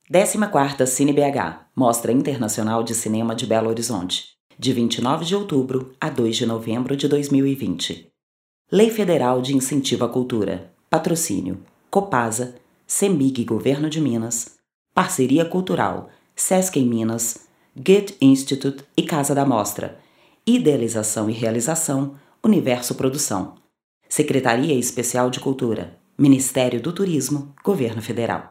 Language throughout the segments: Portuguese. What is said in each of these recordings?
14ª Cine BH, Mostra Internacional de Cinema de Belo Horizonte, de 29 de outubro a 2 de novembro de 2020. Lei Federal de Incentivo à Cultura, Patrocínio, Copasa, CEMIG Governo de Minas, Parceria Cultural, Sesc em Minas, Goethe Institute e Casa da Mostra, Idealização e Realização, Universo Produção, Secretaria Especial de Cultura, Ministério do Turismo, Governo Federal.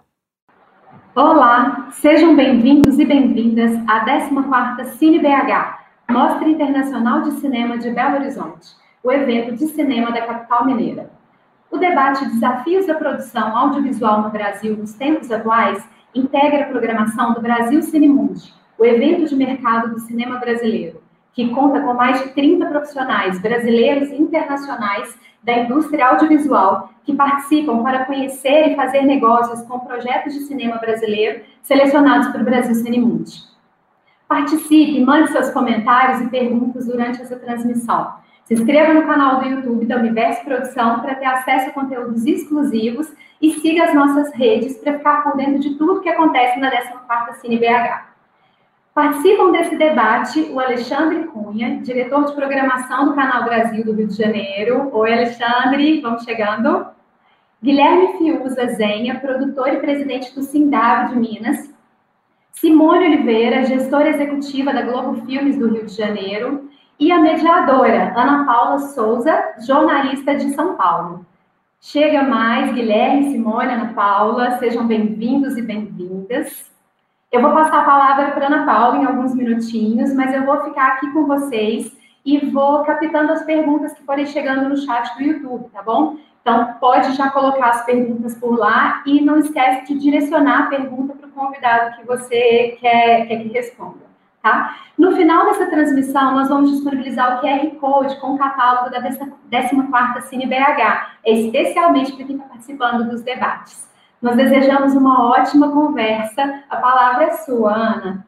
Olá, sejam bem-vindos e bem-vindas à 14ª Cine BH, Mostra Internacional de Cinema de Belo Horizonte, o evento de cinema da capital mineira. O debate Desafios da Produção Audiovisual no Brasil nos Tempos Atuais integra a programação do Brasil Cinemundi, o evento de mercado do cinema brasileiro, que conta com mais de 30 profissionais brasileiros e internacionais da indústria audiovisual que participam para conhecer e fazer negócios com projetos de cinema brasileiro selecionados para o Brasil Cinemundi. Participe, mande seus comentários e perguntas durante essa transmissão. Se inscreva no canal do YouTube da Universo Produção para ter acesso a conteúdos exclusivos e siga as nossas redes para ficar por dentro de tudo que acontece na 14ª Cine BH. Participam desse debate o Alexandre Cunha, diretor de programação do Canal Brasil do Rio de Janeiro. Oi, Alexandre, vamos chegando. Guilherme Fiuza Zenha, produtor e presidente do Sindav de Minas. Simone Oliveira, gestora executiva da Globo Filmes do Rio de Janeiro. E a mediadora, Ana Paula Souza, jornalista de São Paulo. Chega mais, Guilherme, Simone, Ana Paula, sejam bem-vindos e bem-vindas. Eu vou passar a palavra para a Ana Paula em alguns minutinhos, mas eu vou ficar aqui com vocês e vou captando as perguntas que forem chegando no chat do YouTube, tá bom? Então, pode já colocar as perguntas por lá e não esquece de direcionar a pergunta para o convidado que você quer que responda, tá? No final dessa transmissão, nós vamos disponibilizar o QR Code com o catálogo da 14ª Cine BH, especialmente para quem está participando dos debates. Nós desejamos uma ótima conversa. A palavra é sua, Ana.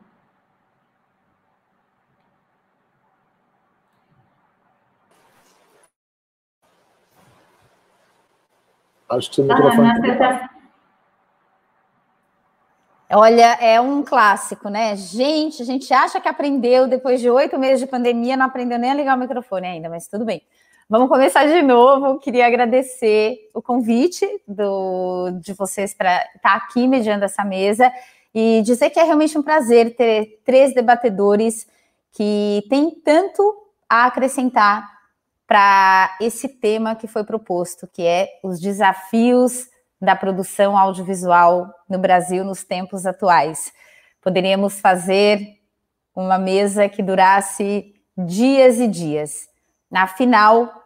Acho que o microfone... Olha, é um clássico, né? Gente, a gente acha que aprendeu, depois de 8 meses de pandemia, não aprendeu nem a ligar o microfone ainda, mas tudo bem. Vamos começar de novo. Queria agradecer o convite de vocês para estar aqui mediando essa mesa e dizer que é realmente um prazer ter 3 debatedores que têm tanto a acrescentar para esse tema que foi proposto, que é os desafios da produção audiovisual no Brasil nos tempos atuais. Poderíamos fazer uma mesa que durasse dias e dias. Afinal,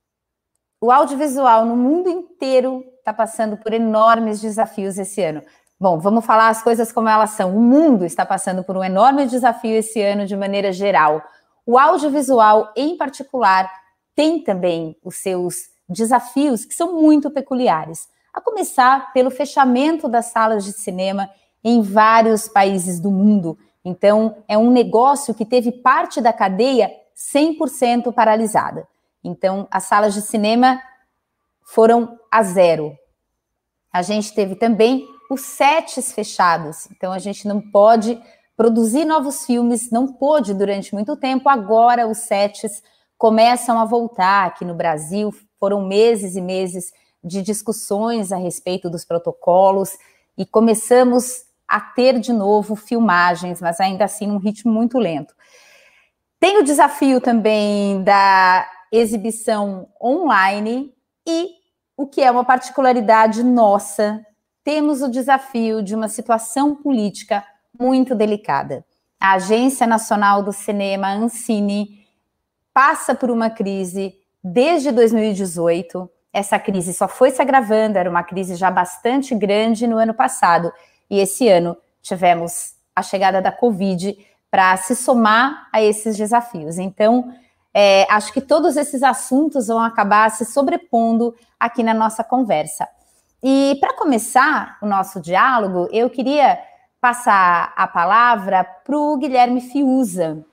o audiovisual no mundo inteiro está passando por enormes desafios esse ano. Bom, vamos falar as coisas como elas são. O mundo está passando por um enorme desafio esse ano de maneira geral. O audiovisual, em particular, tem também os seus desafios que são muito peculiares. A começar pelo fechamento das salas de cinema em vários países do mundo. Então, é um negócio que teve parte da cadeia 100% paralisada. Então, as salas de cinema foram a zero. A gente teve também os sets fechados. Então, a gente não pode produzir novos filmes, não pôde durante muito tempo. Agora, os sets começam a voltar aqui no Brasil. Foram meses e meses de discussões a respeito dos protocolos e começamos a ter de novo filmagens, mas ainda assim num ritmo muito lento. Tem o desafio também da exibição online e, o que é uma particularidade nossa, temos o desafio de uma situação política muito delicada. A Agência Nacional do Cinema, a Ancine, passa por uma crise desde 2018. Essa crise só foi se agravando, era uma crise já bastante grande no ano passado. E esse ano tivemos a chegada da Covid para se somar a esses desafios. Então, acho que todos esses assuntos vão acabar se sobrepondo aqui na nossa conversa. E para começar o nosso diálogo, eu queria passar a palavra para o Guilherme Fiuza,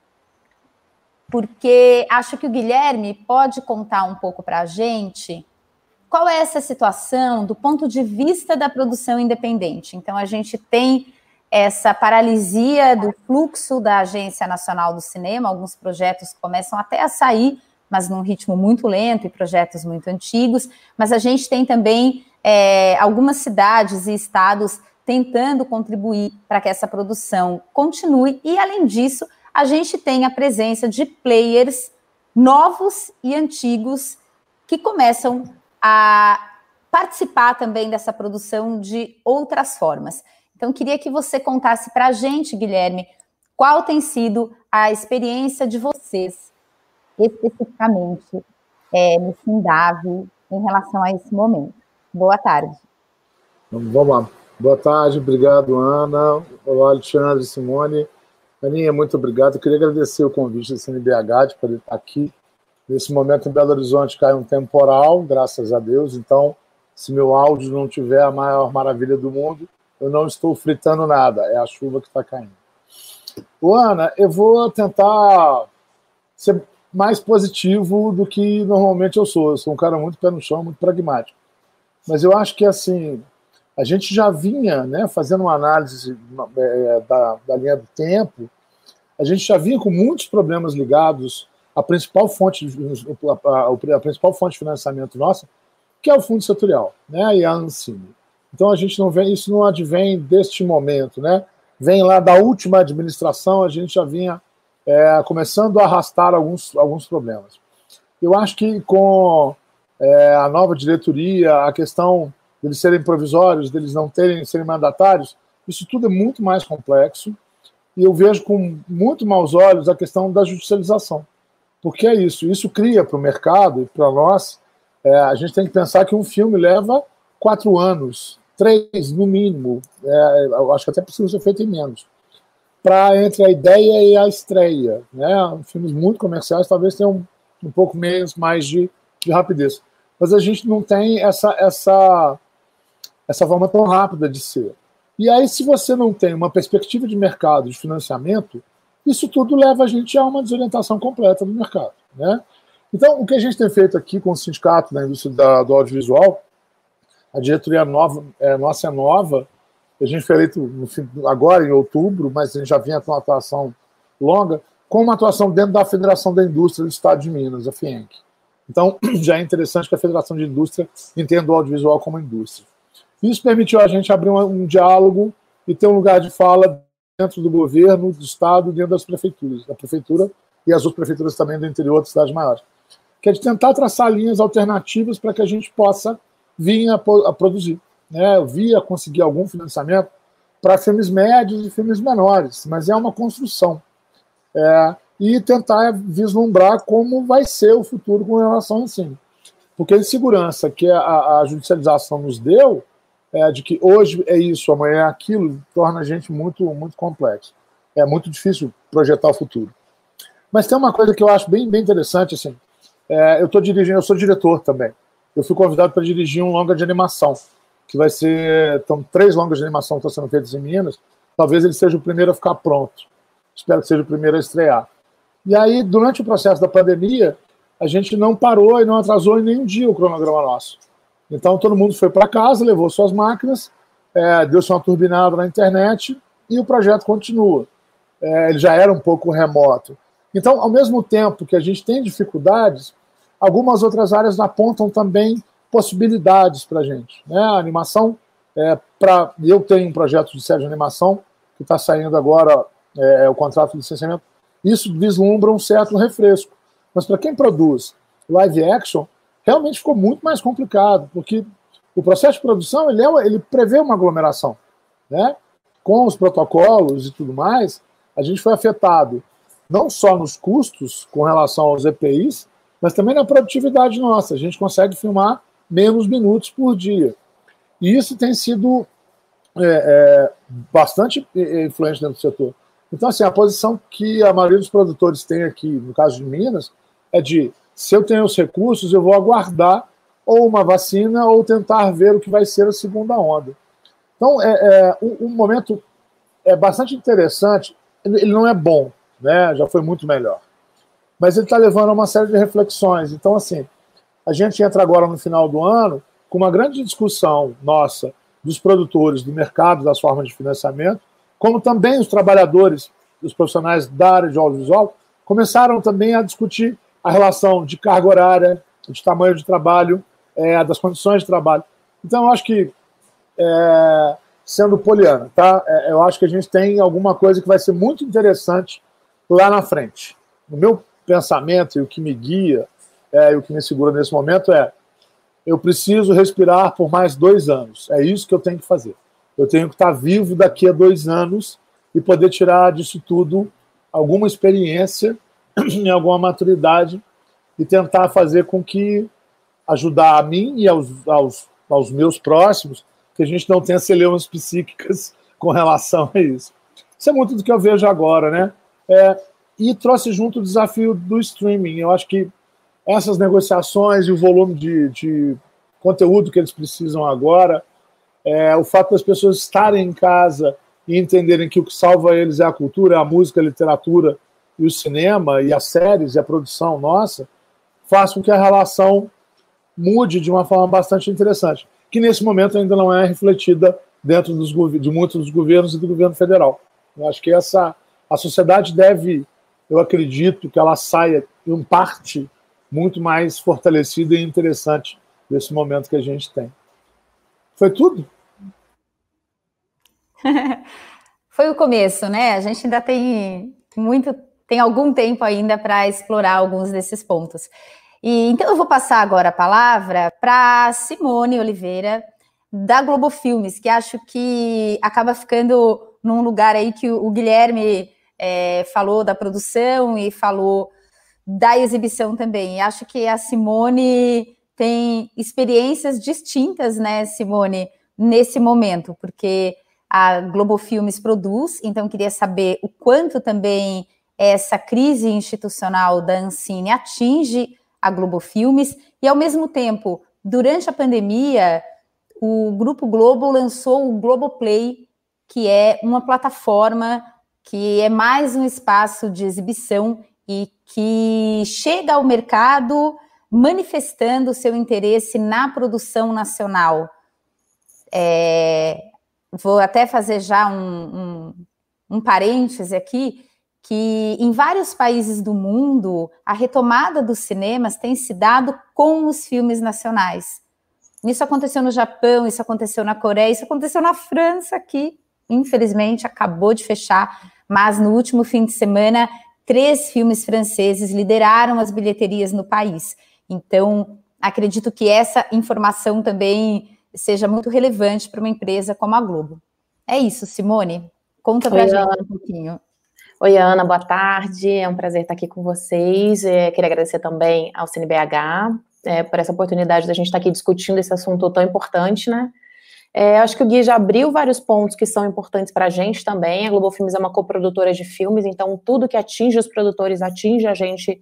porque acho que o Guilherme pode contar um pouco para a gente qual é essa situação do ponto de vista da produção independente. Então, a gente tem essa paralisia do fluxo da Agência Nacional do Cinema. Alguns projetos começam até a sair, mas num ritmo muito lento e projetos muito antigos. Mas a gente tem também algumas cidades e estados tentando contribuir para que essa produção continue. E, além disso, a gente tem a presença de players novos e antigos que começam a participar também dessa produção de outras formas. Então, queria que você contasse para a gente, Guilherme, qual tem sido a experiência de vocês, especificamente, no Fundave, em relação a esse momento. Boa tarde. Vamos lá. Boa tarde, obrigado, Ana. Olá, Alexandre, Simone. Aninha, muito obrigado. Eu queria agradecer o convite do CNBH de poder estar aqui. Nesse momento, em Belo Horizonte, cai um temporal, graças a Deus. Então, se meu áudio não tiver a maior maravilha do mundo, eu não estou fritando nada. É a chuva que está caindo. Ana, eu vou tentar ser mais positivo do que normalmente eu sou. Eu sou um cara muito pé no chão, muito pragmático. Mas eu acho que, assim, a gente já vinha, né, fazendo uma análise da linha do tempo, a gente já vinha com muitos problemas ligados à principal fonte de financiamento nossa, que é o Fundo Setorial, né, e a Ancine. Então, a gente não vem, isso não advém deste momento, né? Vem lá da última administração, a gente já vinha começando a arrastar alguns problemas. Eu acho que com a nova diretoria, a questão deles serem provisórios, deles não serem mandatários, isso tudo é muito mais complexo, e eu vejo com muito maus olhos a questão da judicialização. Porque é isso cria para o mercado e para nós, a gente tem que pensar que um filme leva 4 anos, 3 no mínimo, eu acho que até precisa ser feito em menos, entre a ideia e a estreia, né? Filmes muito comerciais talvez tenham um pouco mais de rapidez, mas a gente não tem essa forma tão rápida de ser. E aí, se você não tem uma perspectiva de mercado, de financiamento, isso tudo leva a gente a uma desorientação completa do mercado, né? Então, o que a gente tem feito aqui com o sindicato da indústria do audiovisual, a diretoria nossa é nova, a gente foi eleito agora em outubro, mas a gente já vinha com uma atuação longa, com uma atuação dentro da Federação da Indústria do Estado de Minas, a FIENC. Então, já é interessante que a Federação de Indústria entenda o audiovisual como indústria. Isso permitiu a gente abrir um diálogo e ter um lugar de fala dentro do governo, do Estado, dentro das prefeituras, da prefeitura e as outras prefeituras também do interior das cidades maiores, que é de tentar traçar linhas alternativas para que a gente possa vir a produzir, né? Via conseguir algum financiamento para filmes médios e filmes menores, mas é uma construção. E tentar vislumbrar como vai ser o futuro com relação ao ensino. Porque a insegurança que a judicialização nos deu, de que hoje é isso, amanhã é aquilo, torna a gente muito, muito complexo. É muito difícil projetar o futuro. Mas tem uma coisa que eu acho bem interessante, assim, eu sou diretor também. Eu fui convidado para dirigir um longa de animação, que vai ser, então, 3 longas de animação que estão sendo feitas em Minas, talvez ele seja o primeiro a ficar pronto. Espero que seja o primeiro a estrear. E aí, durante o processo da pandemia, a gente não parou e não atrasou em nenhum dia o cronograma nosso. Então, todo mundo foi para casa, levou suas máquinas, deu-se uma turbinada na internet e o projeto continua. Ele já era um pouco remoto. Então, ao mesmo tempo que a gente tem dificuldades, algumas outras áreas apontam também possibilidades para a gente, né? A animação, eu tenho um projeto de série de animação que está saindo agora, o contrato de licenciamento. Isso vislumbra um certo refresco. Mas para quem produz live action, realmente ficou muito mais complicado, porque o processo de produção ele prevê uma aglomeração, né? Com os protocolos e tudo mais, a gente foi afetado não só nos custos com relação aos EPIs, mas também na produtividade nossa. A gente consegue filmar menos minutos por dia. E isso tem sido bastante influente dentro do setor. Então, assim, a posição que a maioria dos produtores tem aqui, no caso de Minas, é de, se eu tenho os recursos, eu vou aguardar ou uma vacina ou tentar ver o que vai ser a segunda onda. Então, um momento bastante interessante. Ele não é bom, né? Já foi muito melhor. Mas ele está levando a uma série de reflexões. Então, assim, a gente entra agora no final do ano com uma grande discussão nossa dos produtores, do mercado, das formas de financiamento, como também os trabalhadores, os profissionais da área de audiovisual, começaram também a discutir a relação de carga horária, de tamanho de trabalho, das condições de trabalho. Então, eu acho que, sendo poliana, tá? Eu acho que a gente tem alguma coisa que vai ser muito interessante lá na frente. O meu pensamento e o que me guia, e o que me segura nesse momento eu preciso respirar por mais 2 anos. É isso que eu tenho que fazer. Eu tenho que estar vivo daqui a 2 anos e poder tirar disso tudo alguma experiência, alguma maturidade e tentar fazer com que ajudar a mim e aos meus próximos, que a gente não tenha celemas psíquicas com relação a isso. Isso é muito do que eu vejo agora, né? E trouxe junto o desafio do streaming. Eu acho que essas negociações e o volume de conteúdo que eles precisam agora, o fato das pessoas estarem em casa e entenderem que o que salva eles é a cultura, é a música, a literatura e o cinema, e as séries, e a produção nossa, faz com que a relação mude de uma forma bastante interessante, que nesse momento ainda não é refletida dentro de muitos dos governos e do governo federal. Eu acho que a sociedade deve, eu acredito, que ela saia, em parte, muito mais fortalecida e interessante desse momento que a gente tem. Foi tudo? Foi o começo, né? A gente ainda tem algum tempo ainda para explorar alguns desses pontos. Então eu vou passar agora a palavra para Simone Oliveira, da Globo Filmes, que acho que acaba ficando num lugar aí que o Guilherme falou da produção e falou da exibição também. E acho que a Simone tem experiências distintas, né, Simone, nesse momento, porque a Globo Filmes produz, então queria saber o quanto também essa crise institucional da Ancine atinge a Globo Filmes, e ao mesmo tempo, durante a pandemia, o Grupo Globo lançou o Globoplay, que é uma plataforma que é mais um espaço de exibição e que chega ao mercado manifestando o seu interesse na produção nacional. Vou até fazer já um parêntese aqui, que em vários países do mundo, a retomada dos cinemas tem se dado com os filmes nacionais. Isso aconteceu no Japão, isso aconteceu na Coreia, isso aconteceu na França, que infelizmente acabou de fechar, mas no último fim de semana, 3 filmes franceses lideraram as bilheterias no país. Então, acredito que essa informação também seja muito relevante para uma empresa como a Globo. É isso, Simone. Conta para a gente um pouquinho. Oi, Ana, boa tarde. É um prazer estar aqui com vocês. Queria agradecer também ao CineBH por essa oportunidade da gente estar aqui discutindo esse assunto tão importante, né? Acho que o Gui já abriu vários pontos que são importantes para a gente também. A Globo Filmes é uma coprodutora de filmes, então tudo que atinge os produtores atinge a gente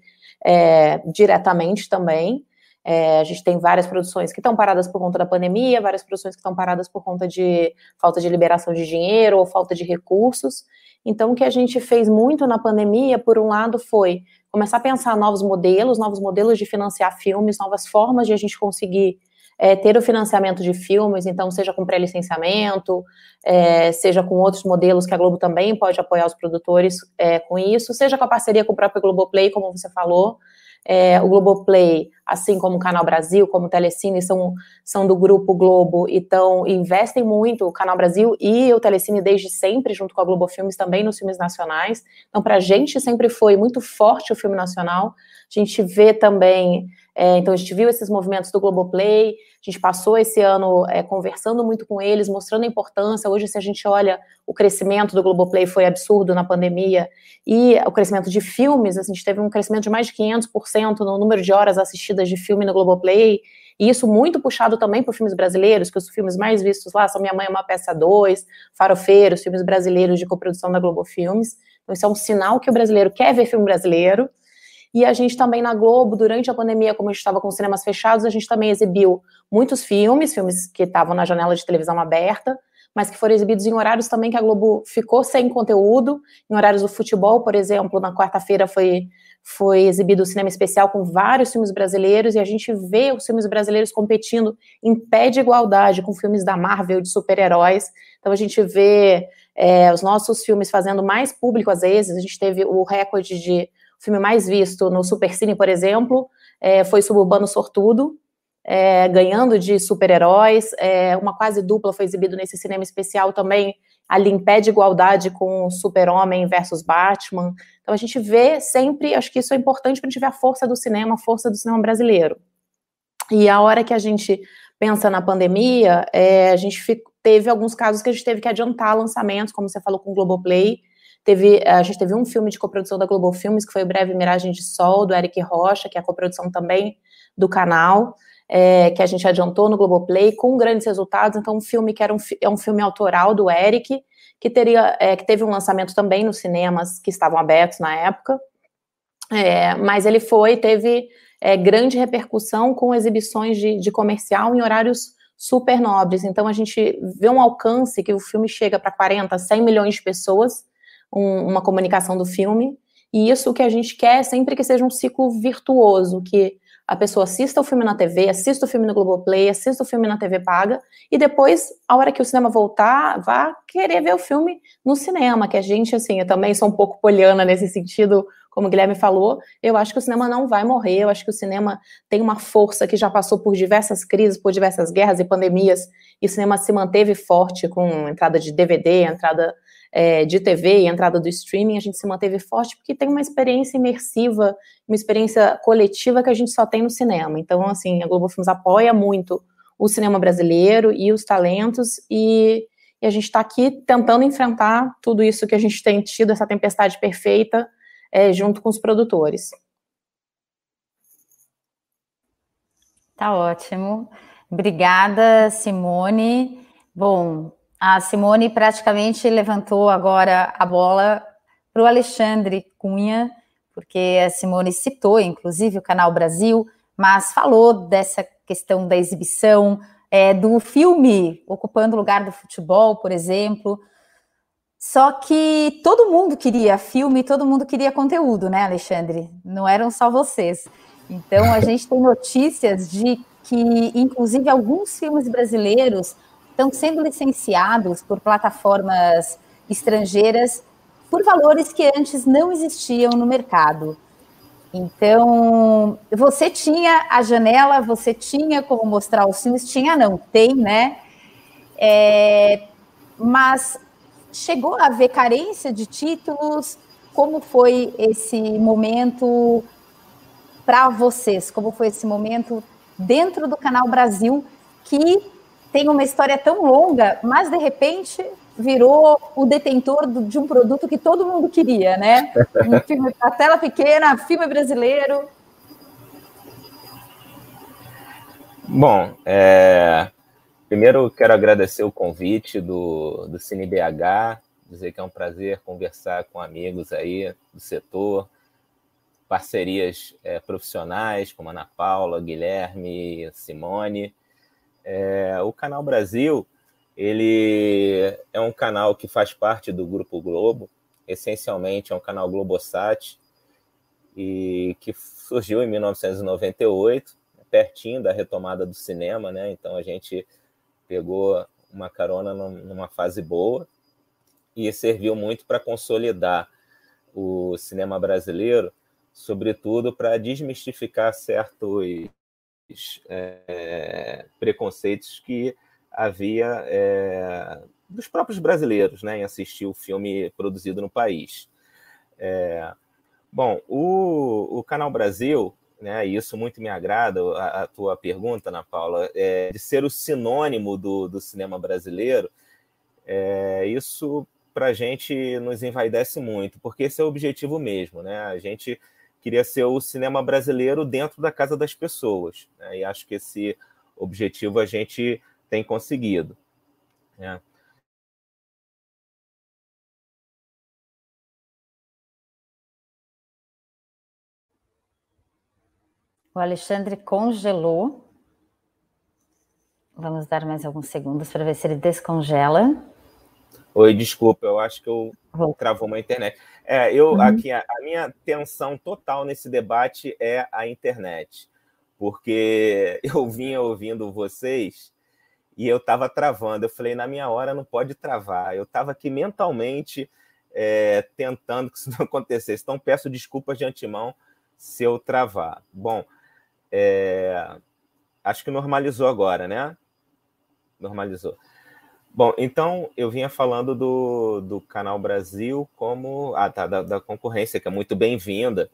diretamente também. A gente tem várias produções que estão paradas por conta da pandemia, várias produções que estão paradas por conta de falta de liberação de dinheiro ou falta de recursos. Então, o que a gente fez muito na pandemia, por um lado, foi começar a pensar novos modelos de financiar filmes, novas formas de a gente conseguir ter o financiamento de filmes, então, seja com pré-licenciamento, seja com outros modelos que a Globo também pode apoiar os produtores com isso, seja com a parceria com o próprio Globoplay, como você falou. O Globoplay, assim como o Canal Brasil, como o Telecine, são do Grupo Globo, então investem muito, o Canal Brasil e o Telecine desde sempre, junto com a Globo Filmes, também nos filmes nacionais. Então, para a gente sempre foi muito forte o filme nacional. A gente vê também, então a gente viu esses movimentos do Globoplay, a gente passou esse ano conversando muito com eles, mostrando a importância. Hoje, se a gente olha, o crescimento do Globoplay foi absurdo na pandemia, e o crescimento de filmes, a gente teve um crescimento de mais de 500% no número de horas assistidas de filme no Globoplay, e isso muito puxado também por filmes brasileiros, que os filmes mais vistos lá são Minha Mãe é uma Peça 2, Farofeiros, filmes brasileiros de coprodução da Globo Filmes. Então isso é um sinal que o brasileiro quer ver filme brasileiro. E a gente também na Globo, durante a pandemia, como a gente estava com os cinemas fechados, a gente também exibiu muitos filmes que estavam na janela de televisão aberta, mas que foram exibidos em horários também que a Globo ficou sem conteúdo, em horários do futebol, por exemplo, na quarta-feira foi exibido o cinema especial com vários filmes brasileiros, e a gente vê os filmes brasileiros competindo em pé de igualdade com filmes da Marvel, de super-heróis. Então a gente vê os nossos filmes fazendo mais público às vezes. A gente teve o recorde de filme mais visto no Supercine, por exemplo, foi Suburbano Sortudo, ganhando de super-heróis. Uma quase dupla foi exibido nesse cinema especial também, ali em pé de igualdade com Super-Homem versus Batman. Então a gente vê sempre, acho que isso é importante para a gente ver a força do cinema brasileiro. E a hora que a gente pensa na pandemia, a gente teve alguns casos que a gente teve que adiantar lançamentos, como você falou com o Globoplay. A gente teve um filme de coprodução da Globo Filmes, que foi o Breve Miragem de Sol, do Eric Rocha, que é a coprodução também do canal, que a gente adiantou no Globoplay, com grandes resultados. Então, um filme que é um filme autoral do Eric, que teve um lançamento também nos cinemas que estavam abertos na época, mas ele teve grande repercussão com exibições de comercial em horários super nobres. Então, a gente vê um alcance que o filme chega para 40, 100 milhões de pessoas, uma comunicação do filme, e isso que a gente quer sempre que seja um ciclo virtuoso, que a pessoa assista o filme na TV, assista o filme no Globoplay, assista o filme na TV paga, e depois, a hora que o cinema voltar, vá querer ver o filme no cinema, que a gente, assim, eu também sou um pouco poliana nesse sentido, como o Guilherme falou, eu acho que o cinema não vai morrer, eu acho que o cinema tem uma força que já passou por diversas crises, por diversas guerras e pandemias, e o cinema se manteve forte com entrada de DVD, entrada de TV e entrada do streaming. A gente se manteve forte porque tem uma experiência imersiva, uma experiência coletiva que a gente só tem no cinema. Então, assim, a Globo Filmes apoia muito o cinema brasileiro e os talentos, e a gente está aqui tentando enfrentar tudo isso que a gente tem tido, essa tempestade perfeita, junto com os produtores. Tá ótimo. Obrigada, Simone. Bom, a Simone praticamente levantou agora a bola para o Alexandre Cunha, porque a Simone citou, inclusive, o Canal Brasil, mas falou dessa questão da exibição, do filme ocupando o lugar do futebol, por exemplo. Só que todo mundo queria filme, todo mundo queria conteúdo, né, Alexandre? Não eram só vocês. Então, a gente tem notícias de que, inclusive, alguns filmes brasileiros estão sendo licenciados por plataformas estrangeiras por valores que antes não existiam no mercado. Então, você tinha a janela, você tinha como mostrar os filmes, tem, né? Mas chegou a haver carência de títulos? Como foi esse momento para vocês? Como foi esse momento dentro do Canal Brasil, que tem uma história tão longa, mas de repente virou o detentor de um produto que todo mundo queria, né? Um filme para tela pequena, filme brasileiro. Bom, primeiro quero agradecer o convite do Cine BH, dizer que é um prazer conversar com amigos aí do setor, parcerias profissionais como a Ana Paula, Guilherme, Simone. O Canal Brasil, ele é um canal que faz parte do Grupo Globo, essencialmente é um canal Globosat, e que surgiu em 1998, pertinho da retomada do cinema, né? Então a gente pegou uma carona numa fase boa e serviu muito para consolidar o cinema brasileiro, sobretudo para desmistificar certos preconceitos que havia dos próprios brasileiros, né, em assistir o filme produzido no país. Bom, o Canal Brasil, né, e isso muito me agrada, a tua pergunta, Ana Paula, de ser o sinônimo do cinema brasileiro, isso para a gente nos envaidece muito, porque esse é o objetivo mesmo, né? A gente queria ser o cinema brasileiro dentro da casa das pessoas, né? E acho que esse objetivo a gente tem conseguido, né? O Alexandre congelou. Vamos dar mais alguns segundos para ver se ele descongela. Oi, desculpa, eu acho que eu travou uma internet. Aqui, a minha tensão total nesse debate é a internet, porque eu vinha ouvindo vocês e eu estava travando. Eu falei, na minha hora não pode travar. Eu estava aqui mentalmente tentando que isso não acontecesse. Então, peço desculpas de antemão se eu travar. Bom, acho que normalizou agora, né? Normalizou. Bom, então eu vinha falando do Canal Brasil como da concorrência, que é muito bem-vinda.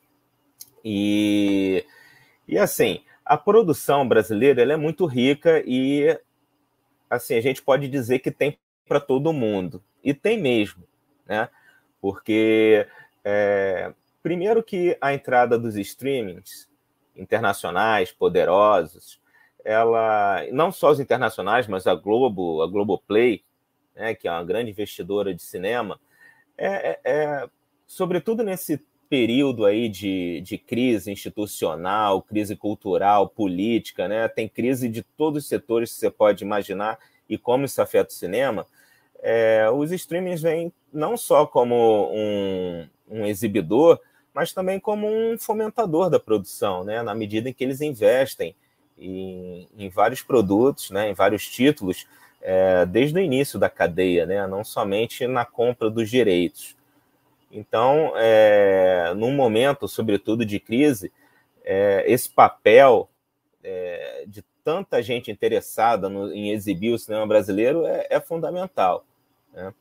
E assim, a produção brasileira ela é muito rica e assim, a gente pode dizer que tem para todo mundo. E tem mesmo, né? Porque primeiro que a entrada dos streamings internacionais, poderosos, ela, não só os internacionais, mas a Globoplay, né, que é uma grande investidora de cinema, sobretudo nesse período aí de crise institucional, crise cultural, política, né, tem crise de todos os setores que você pode imaginar e como isso afeta o cinema, os streamings vêm não só como um exibidor, mas também como um fomentador da produção, né, na medida em que eles investem em vários produtos, né, em vários títulos, desde o início da cadeia, né, não somente na compra dos direitos. Então, num momento, sobretudo, de crise, esse papel de tanta gente interessada em exibir o cinema brasileiro é fundamental, né?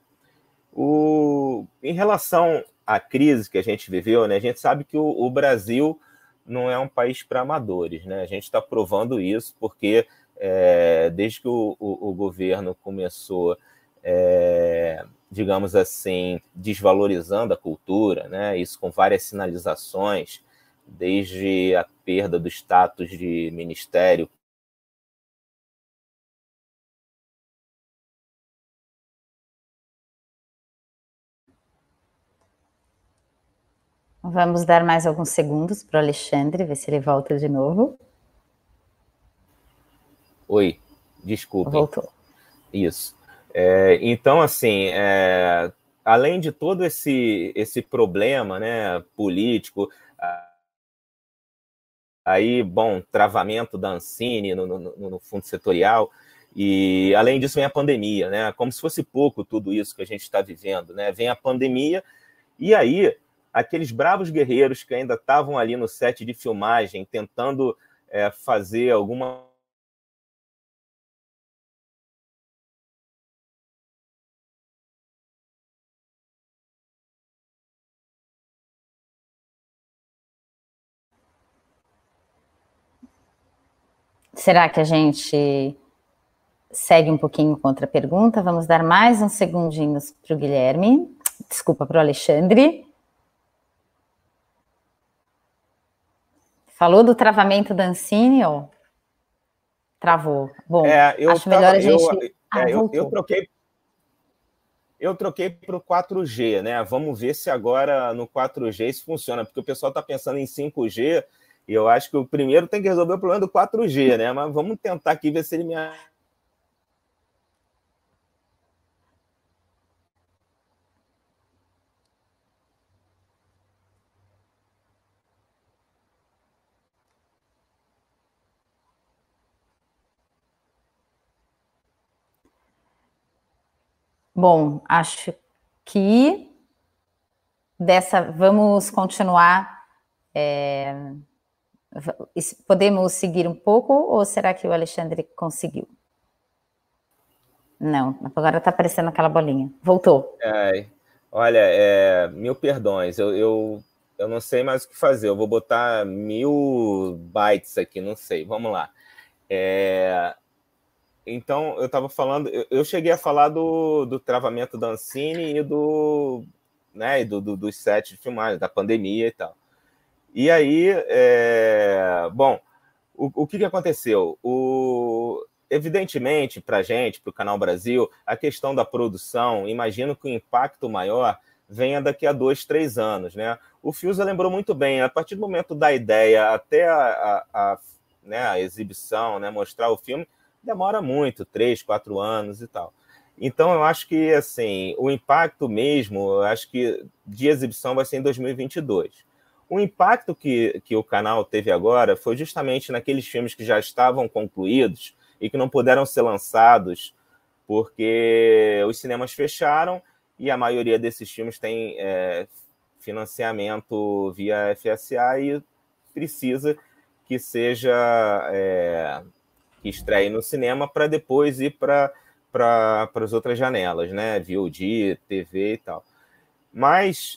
Em relação à crise que a gente viveu, né, a gente sabe que o Brasil não é um país para amadores, né? A gente está provando isso porque desde que o governo começou, digamos assim, desvalorizando a cultura, né? Isso com várias sinalizações, desde a perda do status de ministério. Vamos dar mais alguns segundos para o Alexandre, ver se ele volta de novo. Oi, desculpem. Voltou. Isso. Então, assim, além de todo esse problema, né, político, aí, bom, travamento da Ancine no fundo setorial, e além disso vem a pandemia, né, como se fosse pouco tudo isso que a gente está vivendo, né, vem a pandemia, e aí aqueles bravos guerreiros que ainda estavam ali no set de filmagem, tentando fazer alguma... Será que a gente segue um pouquinho com outra pergunta? Vamos dar mais uns segundinhos para o Guilherme. Desculpa, para o Alexandre. Falou do travamento da Ancine, ó. Travou. Bom, acho melhor a gente... Eu troquei para o 4G, né? Vamos ver se agora no 4G isso funciona, porque o pessoal está pensando em 5G, e eu acho que o primeiro tem que resolver o problema do 4G, né? Mas vamos tentar aqui ver se ele me... Bom, acho que vamos continuar. Podemos seguir um pouco ou será que o Alexandre conseguiu? Não, agora está aparecendo aquela bolinha. Voltou. Olha, mil perdões, eu não sei mais o que fazer. Eu vou botar 1000 bytes aqui, não sei. Vamos lá. Então, eu estava falando... Eu cheguei a falar do travamento da Ancine e dos sets de filmagem, da pandemia e tal. E aí, bom, o que aconteceu? Evidentemente, para a gente, para o Canal Brasil, a questão da produção, imagino que o impacto maior venha daqui a 2, 3 anos, né? O Fiuza lembrou muito bem, a partir do momento da ideia até a exibição, né, mostrar o filme, demora muito, 3, 4 anos e tal. Então, eu acho que assim, o impacto mesmo, eu acho que de exibição vai ser em 2022. O impacto que o canal teve agora foi justamente naqueles filmes que já estavam concluídos e que não puderam ser lançados porque os cinemas fecharam e a maioria desses filmes tem financiamento via FSA e precisa que seja que estreie no cinema para depois ir para as outras janelas, né? VOD, TV e tal. Mas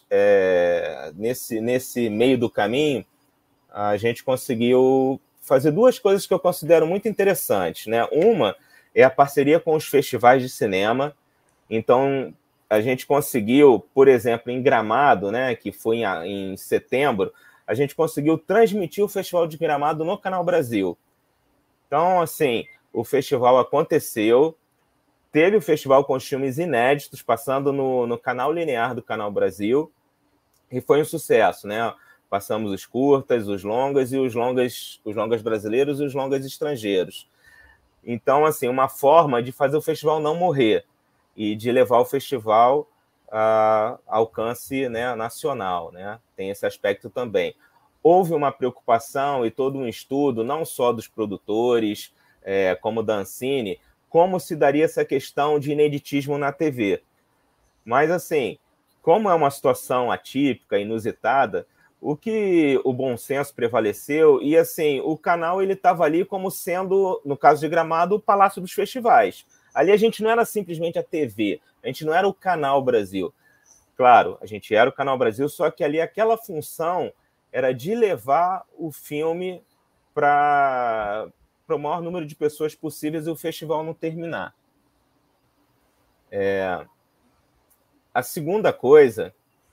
nesse meio do caminho a gente conseguiu fazer duas coisas que eu considero muito interessantes, né? Uma é a parceria com os festivais de cinema. Então, a gente conseguiu, por exemplo, em Gramado, né, que foi em setembro, a gente conseguiu transmitir o Festival de Gramado no Canal Brasil. Então, assim, o festival aconteceu, teve o festival com os filmes inéditos, passando no canal linear do Canal Brasil, e foi um sucesso, né? Passamos os curtas, os longas e os longas brasileiros e os longas estrangeiros. Então, assim, uma forma de fazer o festival não morrer e de levar o festival a alcance, né, nacional, né? Tem esse aspecto também. Houve uma preocupação e todo um estudo, não só dos produtores, como da Ancine, como se daria essa questão de ineditismo na TV. Mas, assim, como é uma situação atípica, inusitada, o bom senso prevaleceu e, assim, o canal ele estava ali como sendo, no caso de Gramado, o Palácio dos Festivais. Ali a gente não era simplesmente a TV, a gente não era o Canal Brasil. Claro, a gente era o Canal Brasil, só que ali aquela função era de levar o filme para o maior número de pessoas possíveis e o festival não terminar. A segunda coisa...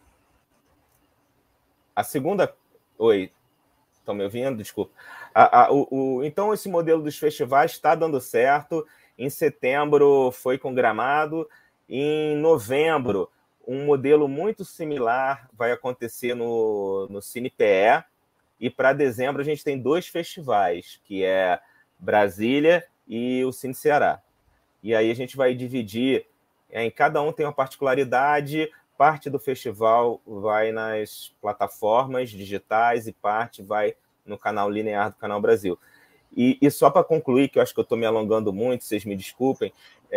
Oi, estão me ouvindo? Desculpa. Então, esse modelo dos festivais está dando certo. Em setembro foi com Gramado. Em novembro, um modelo muito similar vai acontecer no Cine PE. E para dezembro a gente tem 2 festivais, que é Brasília e o Cine Ceará. E aí a gente vai dividir, em cada um tem uma particularidade. Parte do festival vai nas plataformas digitais e parte vai no canal linear do Canal Brasil. E só para concluir, que eu acho que eu estou me alongando muito, vocês me desculpem,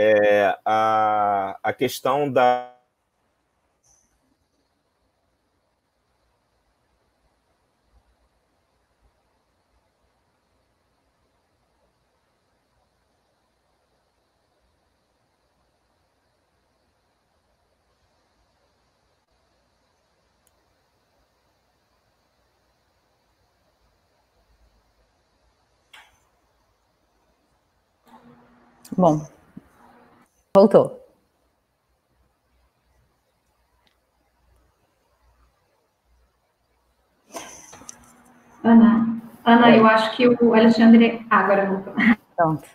a questão da... Bom, voltou. Ana, eu acho que o Alexandre... agora voltou. Pronto.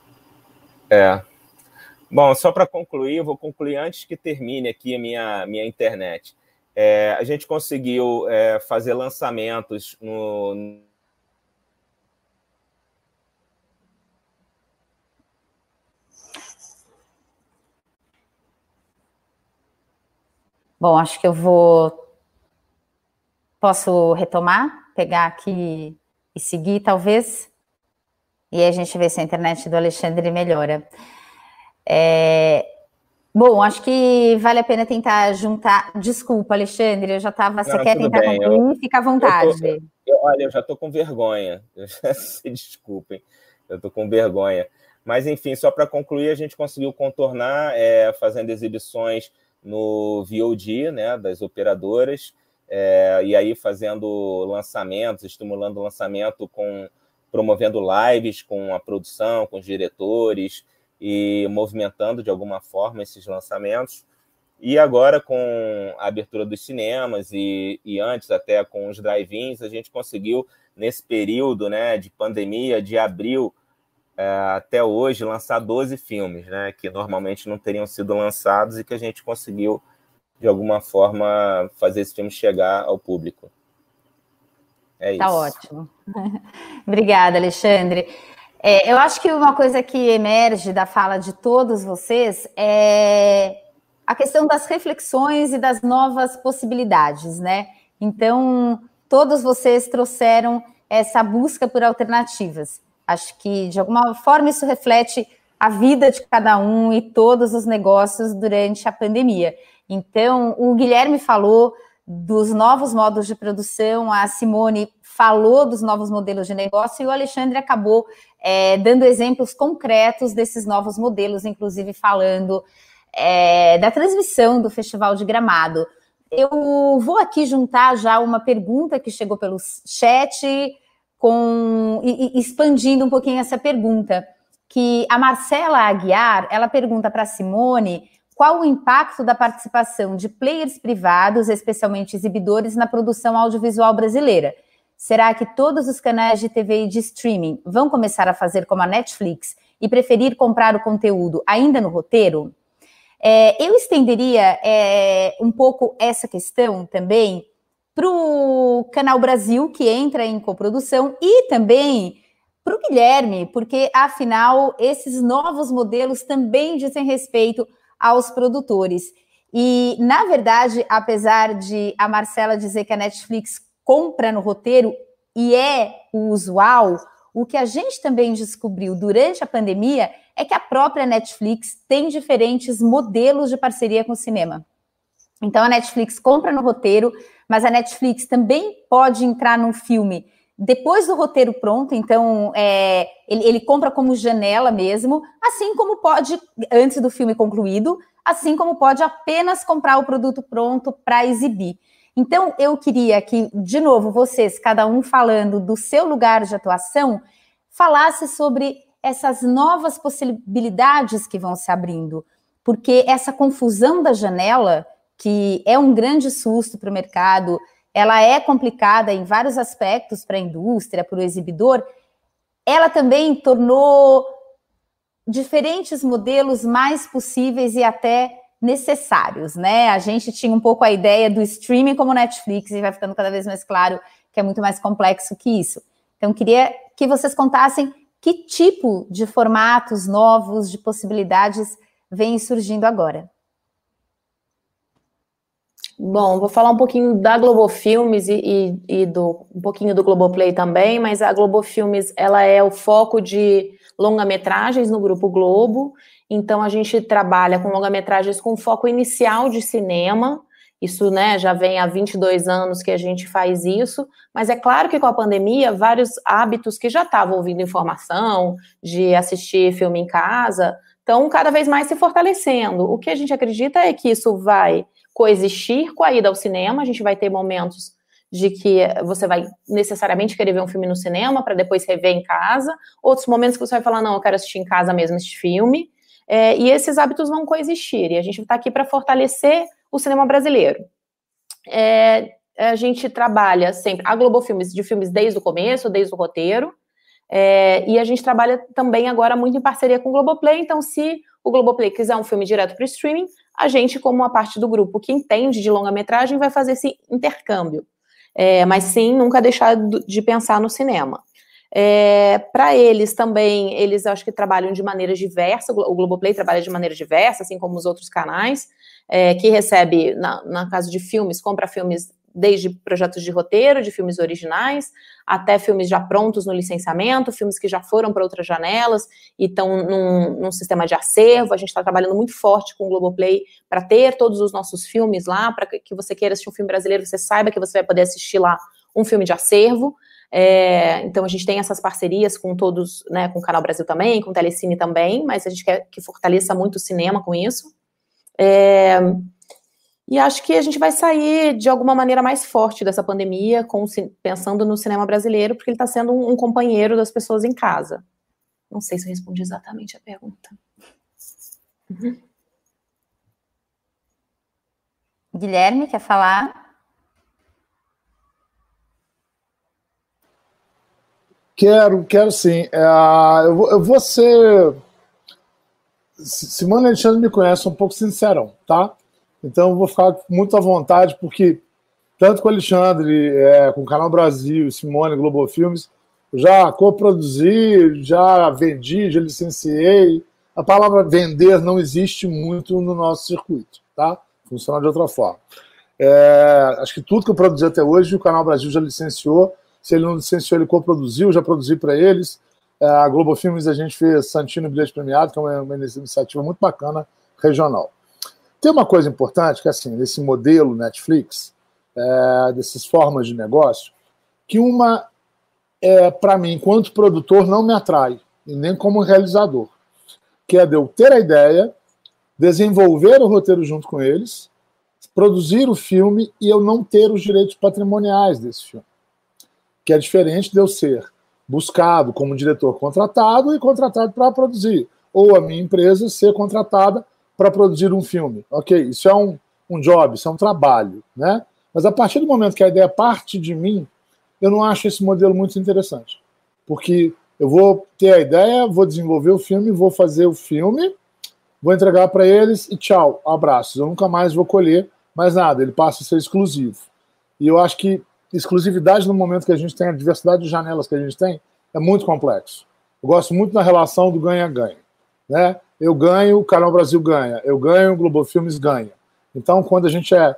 Bom, só para concluir, eu vou concluir antes que termine aqui a minha internet. A gente conseguiu fazer lançamentos no... Bom, acho que posso retomar, pegar aqui e seguir, talvez, e aí a gente vê se a internet do Alexandre melhora. Bom, acho que vale a pena tentar juntar... Desculpa, Alexandre, eu já estava... Você quer tentar concluir? Fica à vontade. Olha, eu já estou com vergonha. Se desculpem, eu estou com vergonha. Mas, enfim, só para concluir, a gente conseguiu contornar fazendo exibições no VOD, né, das operadoras, e aí fazendo lançamentos, estimulando o lançamento, promovendo lives com a produção, com os diretores, e movimentando de alguma forma esses lançamentos. E agora, com a abertura dos cinemas e antes até com os drive-ins, a gente conseguiu, nesse período, né, de pandemia, de abril até hoje, lançar 12 filmes, né, que normalmente não teriam sido lançados e que a gente conseguiu, de alguma forma, fazer esse filme chegar ao público. É isso. Tá ótimo. Obrigada, Alexandre. Eu acho que uma coisa que emerge da fala de todos vocês é a questão das reflexões e das novas possibilidades, né? Então, todos vocês trouxeram essa busca por alternativas. Acho que, de alguma forma, isso reflete a vida de cada um e todos os negócios durante a pandemia. Então, o Guilherme falou dos novos modos de produção, a Simone falou dos novos modelos de negócio e o Alexandre acabou dando exemplos concretos desses novos modelos, inclusive falando da transmissão do Festival de Gramado. Eu vou aqui juntar já uma pergunta que chegou pelo chat, expandindo um pouquinho essa pergunta, que a Marcela Aguiar, ela pergunta para a Simone qual o impacto da participação de players privados, especialmente exibidores, na produção audiovisual brasileira. Será que todos os canais de TV e de streaming vão começar a fazer como a Netflix e preferir comprar o conteúdo ainda no roteiro? Eu estenderia um pouco essa questão também para o Canal Brasil, que entra em coprodução, e também para o Guilherme, porque, afinal, esses novos modelos também dizem respeito aos produtores. E, na verdade, apesar de a Marcela dizer que a Netflix compra no roteiro, e é o usual, o que a gente também descobriu durante a pandemia é que a própria Netflix tem diferentes modelos de parceria com o cinema. Então, a Netflix compra no roteiro, mas a Netflix também pode entrar num filme depois do roteiro pronto, então ele compra como janela mesmo, assim como pode, antes do filme concluído, assim como pode apenas comprar o produto pronto para exibir. Então, eu queria que, de novo, vocês, cada um falando do seu lugar de atuação, falasse sobre essas novas possibilidades que vão se abrindo, porque essa confusão da janela, que é um grande susto para o mercado, ela é complicada em vários aspectos para a indústria, para o exibidor, ela também tornou diferentes modelos mais possíveis e até necessários, né? A gente tinha um pouco a ideia do streaming como Netflix e vai ficando cada vez mais claro que é muito mais complexo que isso. Então, queria que vocês contassem que tipo de formatos novos, de possibilidades vêm surgindo agora. Bom, vou falar um pouquinho da Globo Filmes e um pouquinho do Globoplay também, mas a Globo Filmes, ela é o foco de longa-metragens no Grupo Globo, então a gente trabalha com longa-metragens com foco inicial de cinema, isso, né, já vem há 22 anos que a gente faz isso, mas é claro que com a pandemia, vários hábitos que já estavam ouvindo informação, de assistir filme em casa, estão cada vez mais se fortalecendo. O que a gente acredita é que isso vai coexistir com a ida ao cinema, a gente vai ter momentos de que você vai necessariamente querer ver um filme no cinema para depois rever em casa, outros momentos que você vai falar, não, eu quero assistir em casa mesmo este filme, e esses hábitos vão coexistir, e a gente está aqui para fortalecer o cinema brasileiro. A gente trabalha sempre, a Globo Filmes, de filmes desde o começo, desde o roteiro, e a gente trabalha também agora muito em parceria com o Globoplay, então se o Globoplay quiser um filme direto para o streaming, a gente, como uma parte do grupo que entende de longa-metragem, vai fazer esse intercâmbio. Mas sim, nunca deixar de pensar no cinema. Para eles também, eles acho que trabalham de maneira diversa, o Globoplay trabalha de maneira diversa, assim como os outros canais, que recebe, na caso de filmes, compra filmes desde projetos de roteiro, de filmes originais, até filmes já prontos no licenciamento, filmes que já foram para outras janelas e estão num sistema de acervo. A gente está trabalhando muito forte com o Globoplay para ter todos os nossos filmes lá, para que você queira assistir um filme brasileiro, você saiba que você vai poder assistir lá um filme de acervo. Então a gente tem essas parcerias com todos, né, com o Canal Brasil também, com o Telecine também, mas a gente quer que fortaleça muito o cinema com isso. E acho que a gente vai sair de alguma maneira mais forte dessa pandemia, pensando no cinema brasileiro, porque ele está sendo um companheiro das pessoas em casa. Não sei se eu respondi exatamente a pergunta. Guilherme, quer falar? Quero sim. Eu vou ser... Simone e Alexandre me conhecem um pouco sincerão, tá? Então eu vou ficar muito à vontade, porque tanto com o Alexandre, com o Canal Brasil, Simone, Globo Filmes, já coproduzi, já vendi, já licenciei. A palavra vender não existe muito no nosso circuito, tá? Funciona de outra forma. Acho que tudo que eu produzi até hoje, o Canal Brasil já licenciou. Se ele não licenciou, ele coproduziu, já produzi para eles. A Globo Filmes, a gente fez Santino Bilhete Premiado, que é uma iniciativa muito bacana, regional. Tem uma coisa importante, que assim, nesse modelo Netflix, dessas formas de negócio, que uma, para mim, enquanto produtor, não me atrai, e nem como realizador, que é de eu ter a ideia, desenvolver o roteiro junto com eles, produzir o filme e eu não ter os direitos patrimoniais desse filme. Que é diferente de eu ser buscado como diretor contratado e contratado para produzir. Ou a minha empresa ser contratada para produzir um filme. Ok, isso é um job, isso é um trabalho, né? Mas a partir do momento que a ideia parte de mim, eu não acho esse modelo muito interessante. Porque eu vou ter a ideia, vou desenvolver o filme, vou fazer o filme, vou entregar para eles e tchau, abraços. Eu nunca mais vou colher mais nada, ele passa a ser exclusivo. E eu acho que exclusividade no momento que a gente tem, a diversidade de janelas que a gente tem, é muito complexo. Eu gosto muito da relação do ganha-ganha, né? Eu ganho, o Canal Brasil ganha. Eu ganho, o Globo Filmes ganha. Então, quando a gente é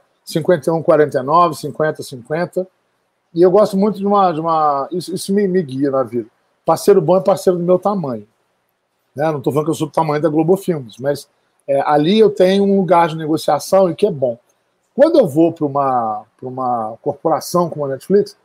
51-49, 50-50, e eu gosto muito de uma isso me guia na vida. Parceiro bom é parceiro do meu tamanho. Né? Não estou falando que eu sou do tamanho da Globo Filmes, mas ali eu tenho um lugar de negociação e que é bom. Quando eu vou para uma corporação como a Netflix,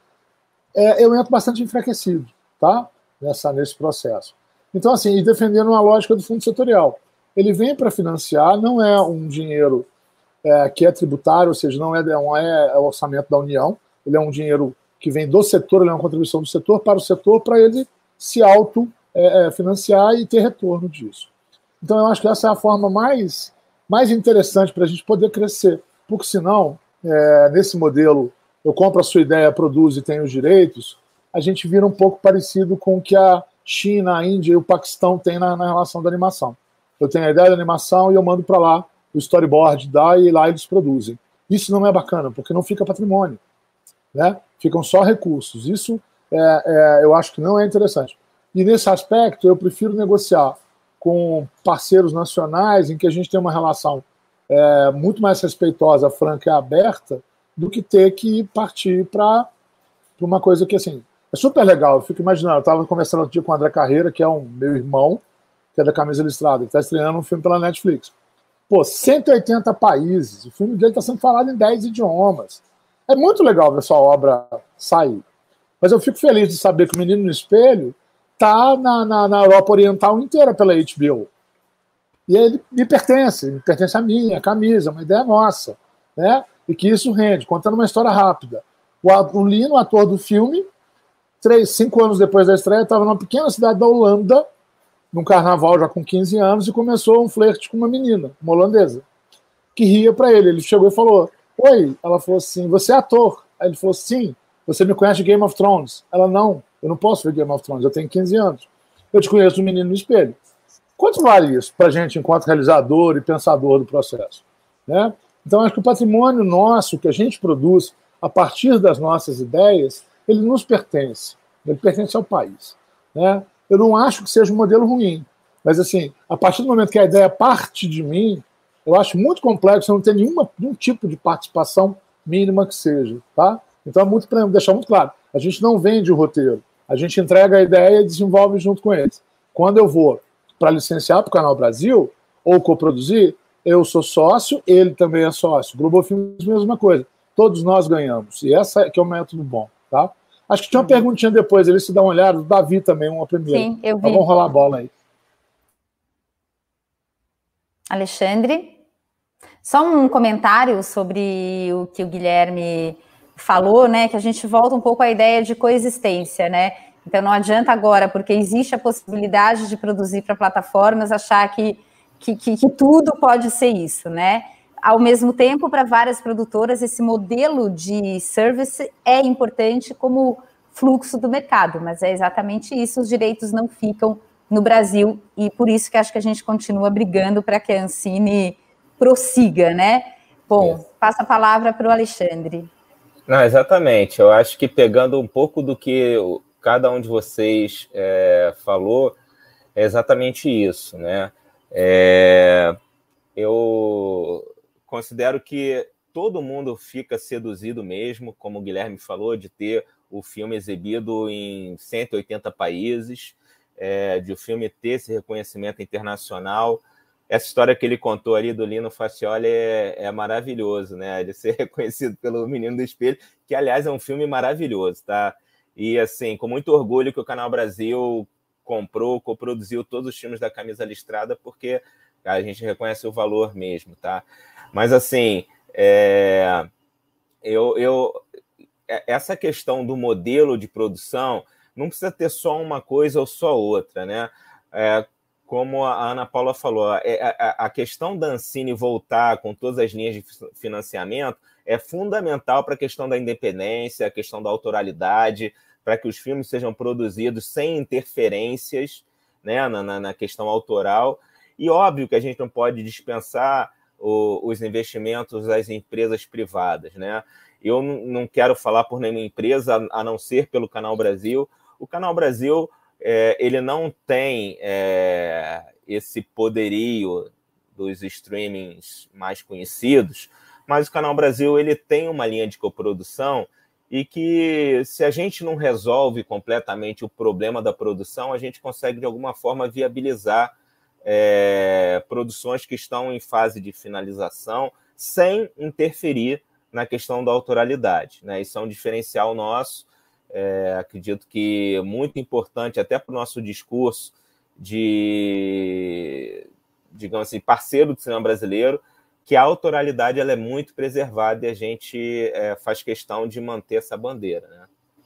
eu entro bastante enfraquecido, tá? Nesse processo. Então, assim, e defendendo uma lógica do fundo setorial. Ele vem para financiar, não é um dinheiro que é tributário, ou seja, não é o orçamento da União, ele é um dinheiro que vem do setor, ele é uma contribuição do setor para o setor, para ele se auto-financiar e ter retorno disso. Então, eu acho que essa é a forma mais interessante para a gente poder crescer, porque senão, nesse modelo, eu compro a sua ideia, produzo e tenho os direitos, a gente vira um pouco parecido com o que a China, a Índia e o Paquistão têm na relação da animação. Eu tenho a ideia da animação e eu mando para lá o storyboard, e lá eles produzem. Isso não é bacana, porque não fica patrimônio, né? Ficam só recursos. Isso eu acho que não é interessante. E nesse aspecto, eu prefiro negociar com parceiros nacionais em que a gente tem uma relação muito mais respeitosa, franca e aberta, do que ter que partir para uma coisa que, assim, é super legal. Eu fico imaginando, eu estava conversando outro dia com o André Carreira, que é um meu irmão, que é da Camisa Listrada, que está estreando um filme pela Netflix. Pô, 180 países, o filme dele está sendo falado em 10 idiomas. É muito legal ver sua obra sair. Mas eu fico feliz de saber que o Menino no Espelho está na Europa Oriental inteira pela HBO. E ele me pertence a mim, a Camisa, uma ideia nossa, né? E que isso rende, contando uma história rápida. O Lino, ator do filme, 5 anos depois da estreia, estava numa pequena cidade da Holanda, num carnaval já com 15 anos, e começou um flerte com uma menina, uma holandesa, que ria para ele. Ele chegou e falou, oi. Ela falou assim, você é ator? Aí ele falou, sim. Você me conhece de Game of Thrones? Ela, não, eu não posso ver Game of Thrones, eu tenho 15 anos. Eu te conheço do Menino no Espelho. Quanto vale isso para a gente, enquanto realizador e pensador do processo? Né? Então, acho que o patrimônio nosso, que a gente produz a partir das nossas ideias, ele nos pertence. Ele pertence ao país. Né? Eu não acho que seja um modelo ruim, mas, assim, a partir do momento que a ideia parte de mim, eu acho muito complexo não ter nenhum tipo de participação mínima que seja. Tá? Então, para deixar muito claro, a gente não vende o roteiro, a gente entrega a ideia e desenvolve junto com eles. Quando eu vou para licenciar para o Canal Brasil, ou coproduzir, eu sou sócio, ele também é sócio. Globo Filmes, mesma coisa. Todos nós ganhamos. E essa que é o método bom. Tá? Acho que tinha uma perguntinha depois, ele se dá uma olhada, o Davi também, uma primeira. Sim, eu vi. Então, vamos rolar a bola aí. Alexandre? Só um comentário sobre o que o Guilherme falou, né? Que a gente volta um pouco à ideia de coexistência, né? Então não adianta agora, porque existe a possibilidade de produzir para plataformas, achar que tudo pode ser isso, né? Ao mesmo tempo, para várias produtoras, esse modelo de service é importante como fluxo do mercado, mas é exatamente isso, os direitos não ficam no Brasil, e por isso que acho que a gente continua brigando para que a Ancine prossiga, né? Bom, passo a palavra para o Alexandre. Não, exatamente. Eu acho que pegando um pouco do que cada um de vocês falou, é exatamente isso, né? Eu considero que todo mundo fica seduzido mesmo, como o Guilherme falou, de ter o filme exibido em 180 países. de o filme ter esse reconhecimento internacional. Essa história que ele contou ali do Lino Faccioli é maravilhoso, né? Ele ser reconhecido pelo Menino do Espelho, que, aliás, é um filme maravilhoso, tá? E, assim, com muito orgulho que o Canal Brasil comprou, coproduziu todos os filmes da Camisa Listrada, porque a gente reconhece o valor mesmo, tá? Mas, assim, essa questão do modelo de produção não precisa ter só uma coisa ou só outra, né? Como a Ana Paula falou, a questão da Ancine voltar com todas as linhas de financiamento é fundamental para a questão da independência, a questão da autoralidade, para que os filmes sejam produzidos sem interferências, né, na questão autoral. E óbvio que a gente não pode dispensar os investimentos das empresas privadas, né? Eu não quero falar por nenhuma empresa, a não ser pelo Canal Brasil. O Canal Brasil, ele não tem esse poderio dos streamings mais conhecidos, mas o Canal Brasil ele tem uma linha de coprodução e que, se a gente não resolve completamente o problema da produção, a gente consegue, de alguma forma, viabilizar produções que estão em fase de finalização sem interferir na questão da autoralidade, né? Isso é um diferencial nosso, acredito que é muito importante até para o nosso discurso de, digamos assim, parceiro do cinema brasileiro, que a autoralidade ela é muito preservada e a gente faz questão de manter essa bandeira, né?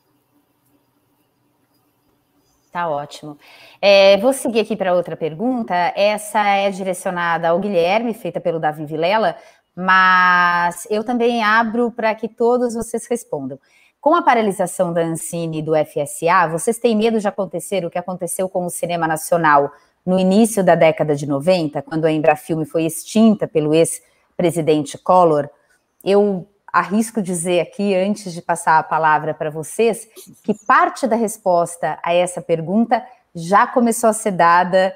Tá ótimo. Vou seguir aqui para outra pergunta. Essa é direcionada ao Guilherme, feita pelo Davi Vilela, mas eu também abro para que todos vocês respondam. Com a paralisação da Ancine e do FSA, vocês têm medo de acontecer o que aconteceu com o cinema nacional no início da década de 90, quando a Embrafilme foi extinta pelo ex-presidente Collor? Eu arrisco dizer aqui, antes de passar a palavra para vocês, que parte da resposta a essa pergunta já começou a ser dada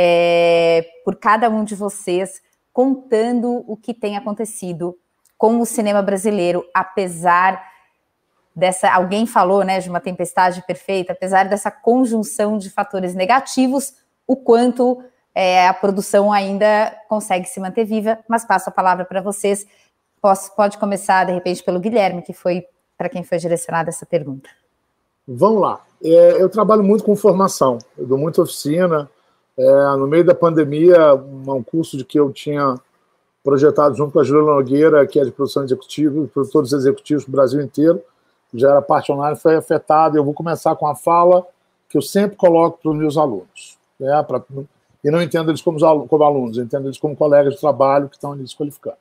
por cada um de vocês, contando o que tem acontecido com o cinema brasileiro, apesar dessa... Alguém falou, né, de uma tempestade perfeita, apesar dessa conjunção de fatores negativos, o quanto a produção ainda consegue se manter viva, mas passo a palavra para vocês. Pode começar, de repente, pelo Guilherme, que foi para quem foi direcionada essa pergunta. Vamos lá. Eu trabalho muito com formação, eu dou muita oficina. No meio da pandemia, um curso que eu tinha projetado junto com a Juliana Nogueira, que é de produção executiva, produtores executivos do Brasil inteiro, já era parte online, foi afetado. Eu vou começar com a fala que eu sempre coloco para os meus alunos. E não entendo eles como alunos, eu entendo eles como colegas de trabalho que estão ali se qualificando.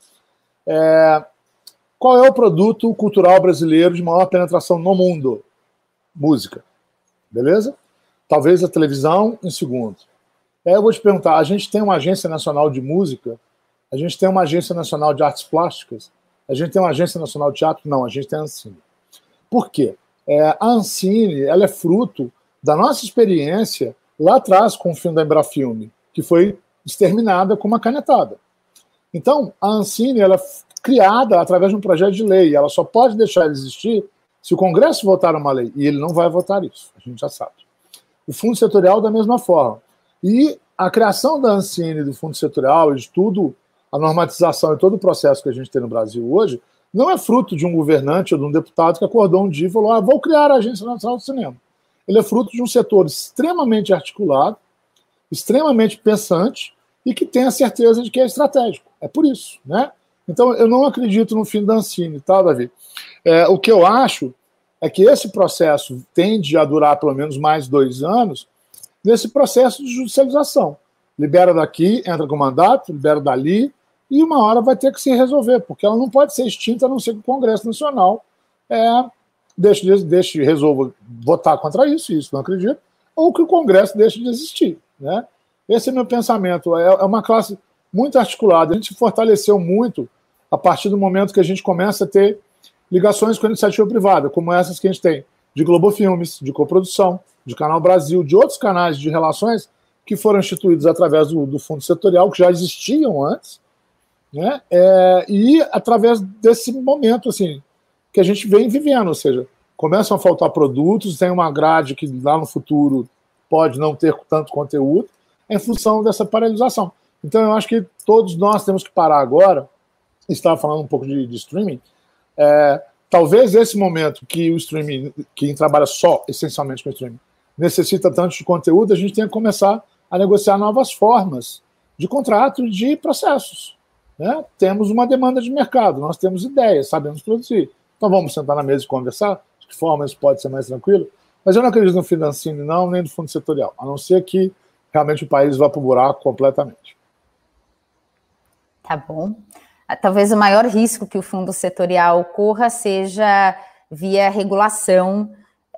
Qual é o produto cultural brasileiro de maior penetração no mundo? Música. Beleza? Talvez a televisão em segundo. Eu vou te perguntar, a gente tem uma agência nacional de música? A gente tem uma agência nacional de artes plásticas? A gente tem uma agência nacional de teatro? Não, a gente tem a Ancine. Por quê? A Ancine ela é fruto da nossa experiência lá atrás com o filme da Embrafilme, que foi exterminada com uma canetada. Então, a Ancine ela é criada através de um projeto de lei. Ela só pode deixar de existir se o Congresso votar uma lei. E ele não vai votar isso, a gente já sabe. O Fundo Setorial, da mesma forma. E a criação da Ancine, do Fundo Setorial, de tudo, a normatização e todo o processo que a gente tem no Brasil hoje, não é fruto de um governante ou de um deputado que acordou um dia e falou: vou criar a Agência Nacional do Cinema. Ele é fruto de um setor extremamente articulado, extremamente pensante, e que tem a certeza de que é estratégico. É por isso, né? Então, eu não acredito no fim da Ancine, tá, Davi? O que eu acho é que esse processo tende a durar pelo menos mais 2 anos nesse processo de judicialização. Libera daqui, entra com mandato, libera dali, e uma hora vai ter que se resolver, porque ela não pode ser extinta a não ser que o Congresso Nacional resolva votar contra isso, não acredito, ou que o Congresso deixe de existir, né? Esse é meu pensamento. É uma classe muito articulada. A gente se fortaleceu muito a partir do momento que a gente começa a ter ligações com a iniciativa privada, como essas que a gente tem, de Globo Filmes, de coprodução, de Canal Brasil, de outros canais de relações que foram instituídos através do Fundo Setorial, que já existiam antes, né? E através desse momento assim, que a gente vem vivendo, ou seja, começam a faltar produtos, tem uma grade que lá no futuro pode não ter tanto conteúdo em função dessa paralisação. Então, eu acho que todos nós temos que parar agora. Estava falando um pouco de streaming. Talvez esse momento que o streaming, quem trabalha só, essencialmente com streaming, necessita tanto de conteúdo, a gente tem que começar a negociar novas formas de contrato, de processos. Né? Temos uma demanda de mercado, nós temos ideias, sabemos produzir. Então vamos sentar na mesa e conversar, de que forma isso pode ser mais tranquilo. Mas eu não acredito no financino, não, nem no fundo setorial, a não ser que realmente o país vá para o buraco completamente. Tá bom. Talvez o maior risco que o fundo setorial corra seja via regulação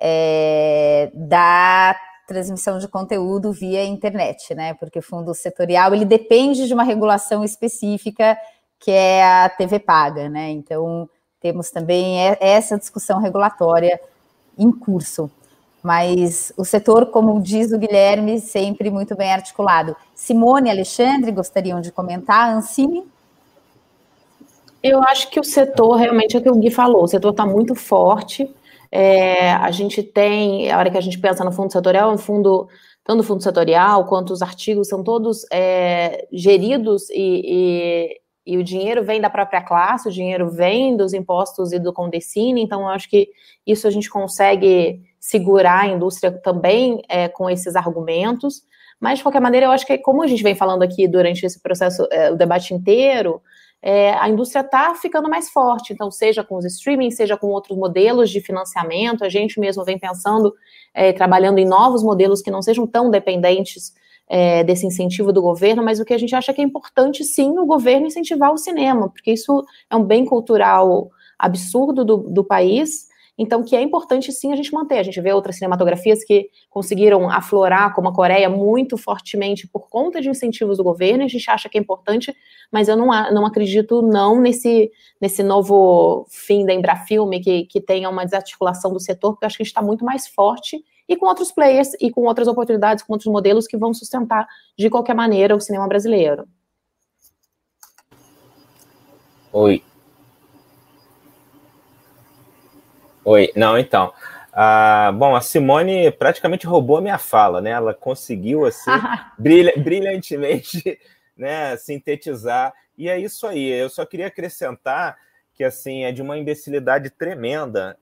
da transmissão de conteúdo via internet, né? Porque o fundo setorial, ele depende de uma regulação específica, que é a TV paga, né? Então, temos também essa discussão regulatória em curso. Mas o setor, como diz o Guilherme, sempre muito bem articulado. Simone e Alexandre gostariam de comentar, Ancine? Eu acho que o setor, realmente, é o que o Gui falou, o setor está muito forte. A gente tem, a hora que a gente pensa no fundo setorial, tanto o fundo setorial quanto os artigos são todos geridos e o dinheiro vem da própria classe, o dinheiro vem dos impostos e do Condecine, então eu acho que isso a gente consegue segurar a indústria também com esses argumentos, mas de qualquer maneira eu acho que, como a gente vem falando aqui durante esse processo, o debate inteiro, a indústria está ficando mais forte, então seja com os streamings, seja com outros modelos de financiamento, a gente mesmo vem pensando, trabalhando em novos modelos que não sejam tão dependentes desse incentivo do governo, mas o que a gente acha que é importante, sim, o governo incentivar o cinema, porque isso é um bem cultural absurdo do país, então que é importante, sim, a gente manter. A gente vê outras cinematografias que conseguiram aflorar, como a Coreia, muito fortemente por conta de incentivos do governo, e a gente acha que é importante, mas eu não acredito nesse novo fim da Embrafilme que tenha uma desarticulação do setor, porque eu acho que a gente está muito mais forte e com outros players e com outras oportunidades, com outros modelos que vão sustentar, de qualquer maneira, o cinema brasileiro. Oi, não, então. Bom, a Simone praticamente roubou a minha fala, né? Ela conseguiu, assim, brilhantemente, né, sintetizar. E é isso aí. Eu só queria acrescentar que, assim, é de uma imbecilidade tremenda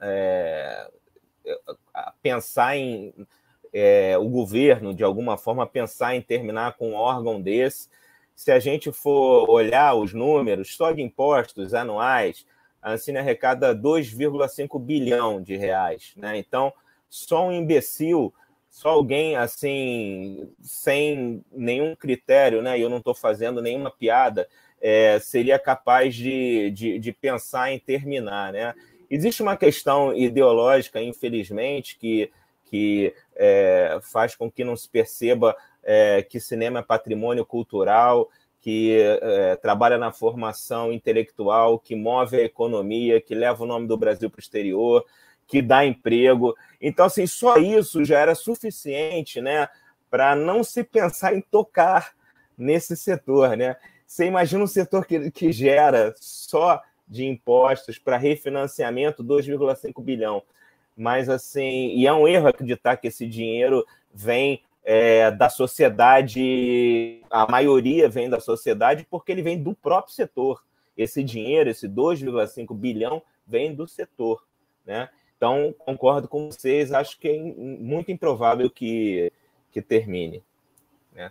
pensar em o governo, de alguma forma, pensar em terminar com um órgão desse. Se a gente for olhar os números, só de impostos anuais, a Ancine arrecada 2,5 bilhão de reais, né? Então, só um imbecil, só alguém assim, sem nenhum critério, né? E eu não estou fazendo nenhuma piada, seria capaz de pensar em terminar, né? Existe uma questão ideológica, infelizmente, que faz com que não se perceba que cinema é patrimônio cultural, que trabalha na formação intelectual, que move a economia, que leva o nome do Brasil para o exterior, que dá emprego. Então, assim, só isso já era suficiente, né, para não se pensar em tocar nesse setor, né? Você imagina um setor que gera só de impostos para refinanciamento 2,5 bilhão. Mas, assim, e é um erro acreditar que esse dinheiro vem da sociedade, a maioria vem da sociedade porque ele vem do próprio setor. Esse dinheiro, esse 2,5 bilhão, vem do setor, né? Então, concordo com vocês, acho que é muito improvável que termine, né?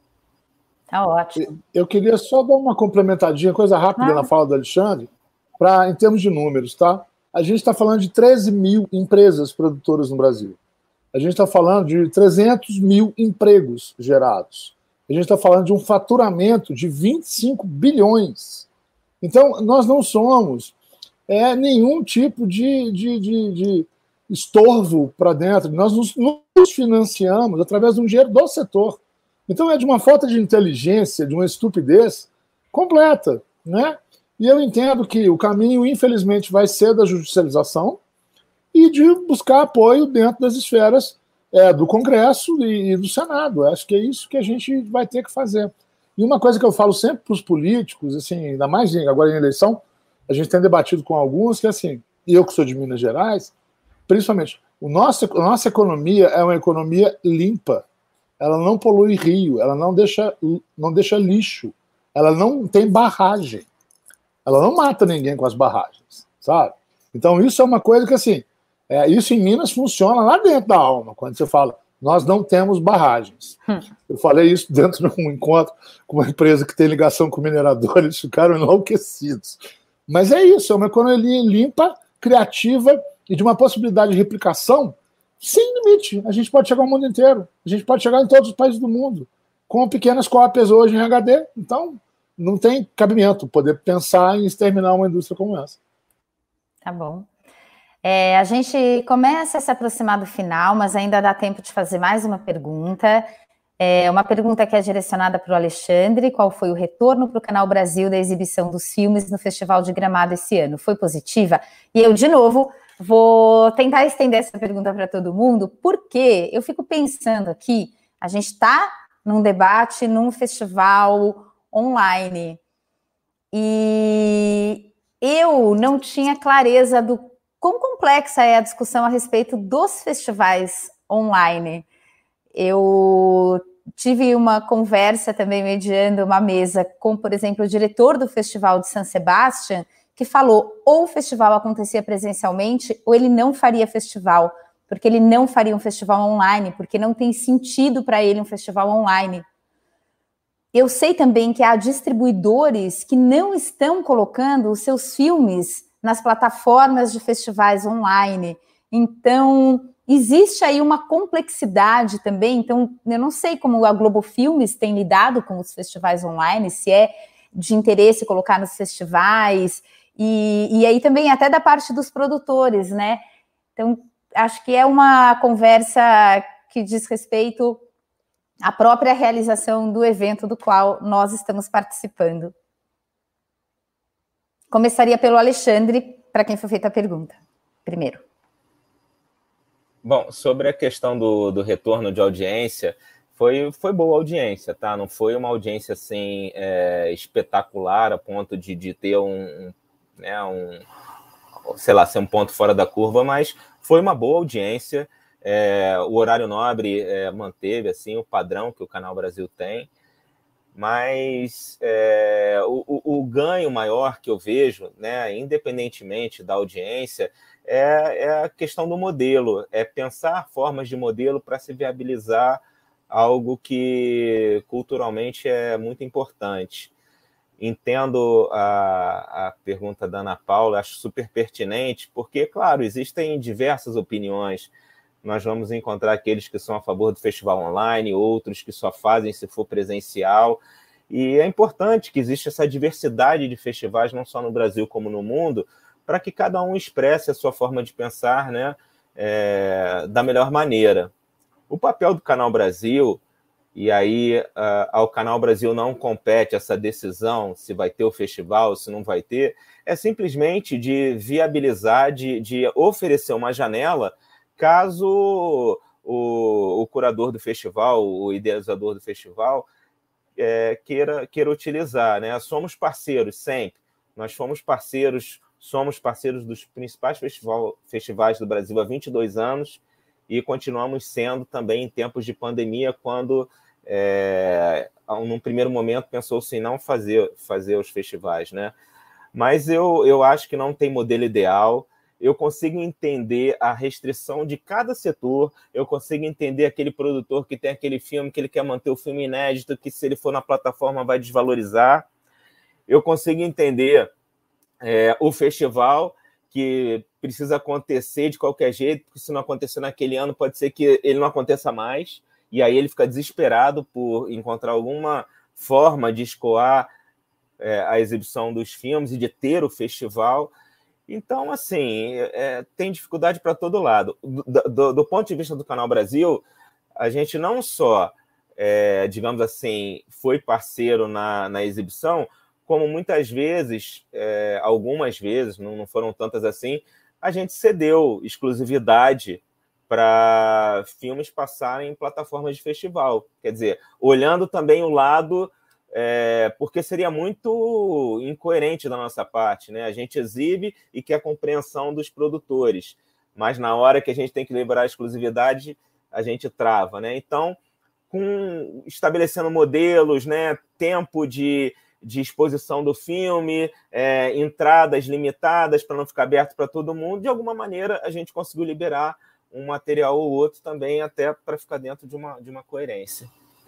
Tá ótimo. Eu queria só dar uma complementadinha, coisa rápida na fala do Alexandre, em termos de números, tá? A gente está falando de 13 mil empresas produtoras no Brasil. A gente está falando de 300 mil empregos gerados. A gente está falando de um faturamento de 25 bilhões. Então, nós não somos nenhum tipo de estorvo para dentro. Nós nos financiamos através de um dinheiro do setor. Então, é de uma falta de inteligência, de uma estupidez completa, né? E eu entendo que o caminho, infelizmente, vai ser da judicialização e de buscar apoio dentro das esferas do Congresso e do Senado. Acho que é isso que a gente vai ter que fazer. E uma coisa que eu falo sempre para os políticos, assim, ainda mais agora em eleição, a gente tem debatido com alguns que, assim, e eu que sou de Minas Gerais, principalmente, a nossa economia é uma economia limpa. ela não polui rio, ela não deixa lixo, ela não tem barragem, ela não mata ninguém com as barragens, sabe? Então isso é uma coisa que, assim, isso em Minas funciona lá dentro da alma, quando você fala, nós não temos barragens. Eu falei isso dentro de um encontro com uma empresa que tem ligação com mineradores, eles ficaram enlouquecidos. Mas é isso, é uma economia limpa, criativa e de uma possibilidade de replicação sem limite. A gente pode chegar ao mundo inteiro, a gente pode chegar em todos os países do mundo, com pequenas cópias hoje em HD. Então, não tem cabimento poder pensar em exterminar uma indústria como essa. Tá bom. A gente começa a se aproximar do final, mas ainda dá tempo de fazer mais uma pergunta. Uma pergunta que é direcionada para o Alexandre. Qual foi o retorno para o Canal Brasil da exibição dos filmes no Festival de Gramado esse ano? Foi positiva? E eu, de novo, vou tentar estender essa pergunta para todo mundo, porque eu fico pensando aqui, a gente está num debate, num festival online, e eu não tinha clareza do quão complexa é a discussão a respeito dos festivais online. Eu tive uma conversa também mediando uma mesa com, por exemplo, o diretor do Festival de San Sebastián, que falou ou o festival acontecia presencialmente ou ele não faria festival, porque ele não faria um festival online, porque não tem sentido para ele um festival online. Eu sei também que há distribuidores que não estão colocando os seus filmes nas plataformas de festivais online. Então, existe aí uma complexidade também. Então, eu não sei como a Globo Filmes tem lidado com os festivais online, se é de interesse colocar nos festivais, e aí também até da parte dos produtores, né? Então, acho que é uma conversa que diz respeito à própria realização do evento do qual nós estamos participando. Começaria pelo Alexandre, para quem foi feita a pergunta, primeiro. Bom, sobre a questão do retorno de audiência, foi boa audiência, tá? Não foi uma audiência assim espetacular a ponto de ter sei lá, ser um ponto fora da curva, mas foi uma boa audiência. O horário nobre manteve assim o padrão que o Canal Brasil tem, mas o ganho maior que eu vejo, né, independentemente da audiência, é a questão do modelo, é pensar formas de modelo para se viabilizar algo que culturalmente é muito importante. Entendo a pergunta da Ana Paula, acho super pertinente, porque, claro, existem diversas opiniões. Nós vamos encontrar aqueles que são a favor do festival online, outros que só fazem se for presencial. E é importante que exista essa diversidade de festivais, não só no Brasil como no mundo, para que cada um expresse a sua forma de pensar, né, da melhor maneira. O papel do Canal Brasil, e aí ao Canal Brasil não compete essa decisão se vai ter o festival, se não vai ter, é simplesmente de viabilizar, de oferecer uma janela caso o curador do festival, o idealizador do festival, queira utilizar, né? Somos parceiros sempre, nós somos parceiros dos principais festivais do Brasil há 22 anos e continuamos sendo também em tempos de pandemia, quando, num primeiro momento, pensou-se em não fazer os festivais, né? Mas eu acho que não tem modelo ideal. Eu consigo entender a restrição de cada setor, eu consigo entender aquele produtor que tem aquele filme, que ele quer manter o filme inédito, que se ele for na plataforma vai desvalorizar. Eu consigo entender o festival, que precisa acontecer de qualquer jeito, porque se não acontecer naquele ano, pode ser que ele não aconteça mais, e aí ele fica desesperado por encontrar alguma forma de escoar a exibição dos filmes e de ter o festival. Então, assim, tem dificuldade para todo lado. Do ponto de vista do Canal Brasil, a gente não só, digamos assim, foi parceiro na exibição, como muitas vezes, algumas vezes, não foram tantas assim, a gente cedeu exclusividade para filmes passarem em plataformas de festival. Quer dizer, olhando também o lado... porque seria muito incoerente da nossa parte, né? A gente exibe e quer a compreensão dos produtores, mas na hora que a gente tem que liberar a exclusividade, a gente trava, né? Então, estabelecendo modelos, né, tempo de exposição do filme, entradas limitadas para não ficar aberto para todo mundo. De alguma maneira, a gente conseguiu liberar um material ou outro também, até para ficar dentro de uma coerência.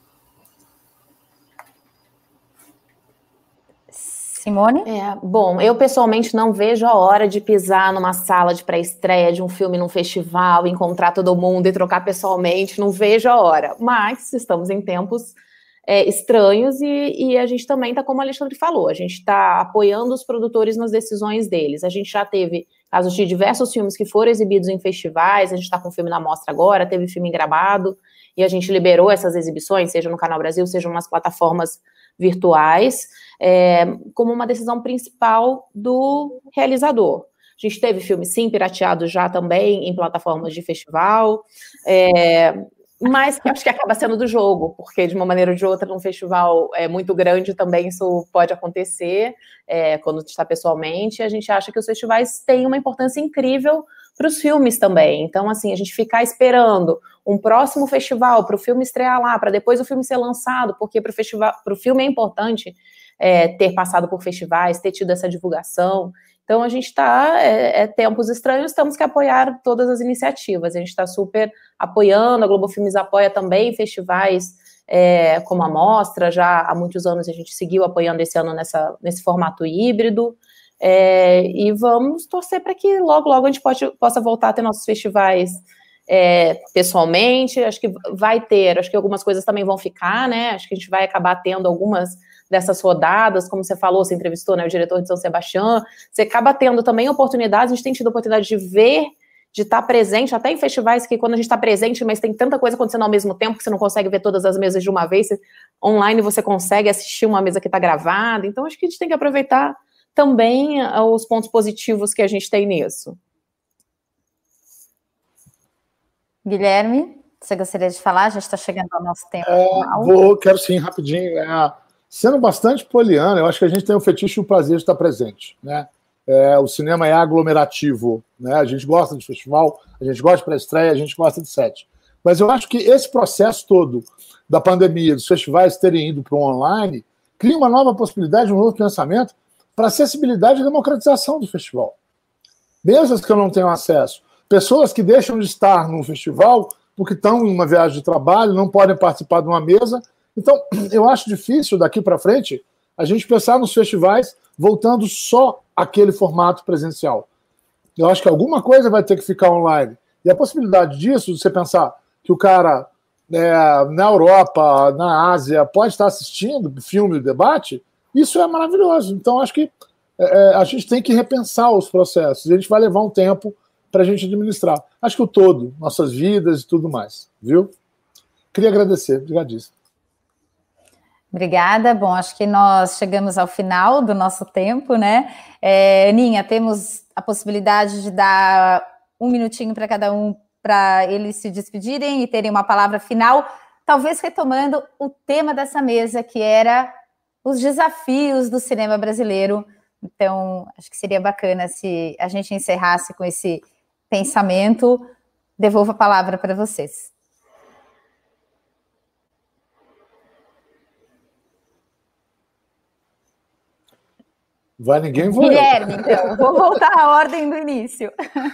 Simone? Bom, eu pessoalmente não vejo a hora de pisar numa sala de pré-estreia de um filme num festival, encontrar todo mundo e trocar pessoalmente, não vejo a hora. Mas estamos em tempos estranhos e a gente também está, como o Alexandre falou, a gente está apoiando os produtores nas decisões deles. A gente já teve casos de diversos filmes que foram exibidos em festivais, a gente está com o filme na mostra agora, teve filme em Gramado, e a gente liberou essas exibições, seja no Canal Brasil, seja nas plataformas virtuais, como uma decisão principal do realizador. A gente teve filme, sim, pirateado já também em plataformas de festival, mas que acho que acaba sendo do jogo, porque de uma maneira ou de outra, num festival muito grande também isso pode acontecer, quando está pessoalmente. A gente acha que os festivais têm uma importância incrível para os filmes também. Então, assim, a gente ficar esperando um próximo festival para o filme estrear lá, para depois o filme ser lançado, porque para o filme é importante ter passado por festivais, ter tido essa divulgação. Então, a gente está, tempos estranhos, temos que apoiar todas as iniciativas. A gente está super apoiando, a Globo Filmes apoia também festivais como a Mostra, já há muitos anos a gente seguiu apoiando esse ano nesse formato híbrido, e vamos torcer para que logo, logo a gente possa voltar a ter nossos festivais pessoalmente. Acho que vai ter, acho que algumas coisas também vão ficar, né? Acho que a gente vai acabar tendo algumas dessas rodadas, como você falou, você entrevistou, né, o diretor de São Sebastião, você acaba tendo também oportunidades, a gente tem tido oportunidade de ver, de estar presente, até em festivais que quando a gente está presente, mas tem tanta coisa acontecendo ao mesmo tempo que você não consegue ver todas as mesas de uma vez, online você consegue assistir uma mesa que está gravada, então acho que a gente tem que aproveitar também os pontos positivos que a gente tem nisso. Guilherme, você gostaria de falar? Já está chegando ao nosso tempo final. Quero sim, rapidinho. Sendo bastante poliana, eu acho que a gente tem o fetiche e o prazer de estar presente, né? O cinema é aglomerativo, né? A gente gosta de festival, a gente gosta de pré-estreia, a gente gosta de set. Mas eu acho que esse processo todo da pandemia, dos festivais terem ido para o online, cria uma nova possibilidade, um novo pensamento para acessibilidade e democratização do festival. Mesas que eu não tenho acesso, pessoas que deixam de estar no festival porque estão em uma viagem de trabalho, não podem participar de uma mesa. Então, eu acho difícil daqui para frente a gente pensar nos festivais voltando só àquele formato presencial. Eu acho que alguma coisa vai ter que ficar online. E a possibilidade disso, de você pensar que o cara na Europa, na Ásia, pode estar assistindo o filme, o debate, isso é maravilhoso. Então, acho que a gente tem que repensar os processos. A gente vai levar um tempo para a gente administrar. Acho que o todo, nossas vidas e tudo mais. Viu? Queria agradecer. Obrigadíssimo. Obrigada. Bom, acho que nós chegamos ao final do nosso tempo, né? Aninha, temos a possibilidade de dar um minutinho para cada um, para eles se despedirem e terem uma palavra final, talvez retomando o tema dessa mesa, que era os desafios do cinema brasileiro. Então, acho que seria bacana se a gente encerrasse com esse pensamento. Devolvo a palavra para vocês. Ninguém vai. Guilherme, então, vou voltar à ordem do início.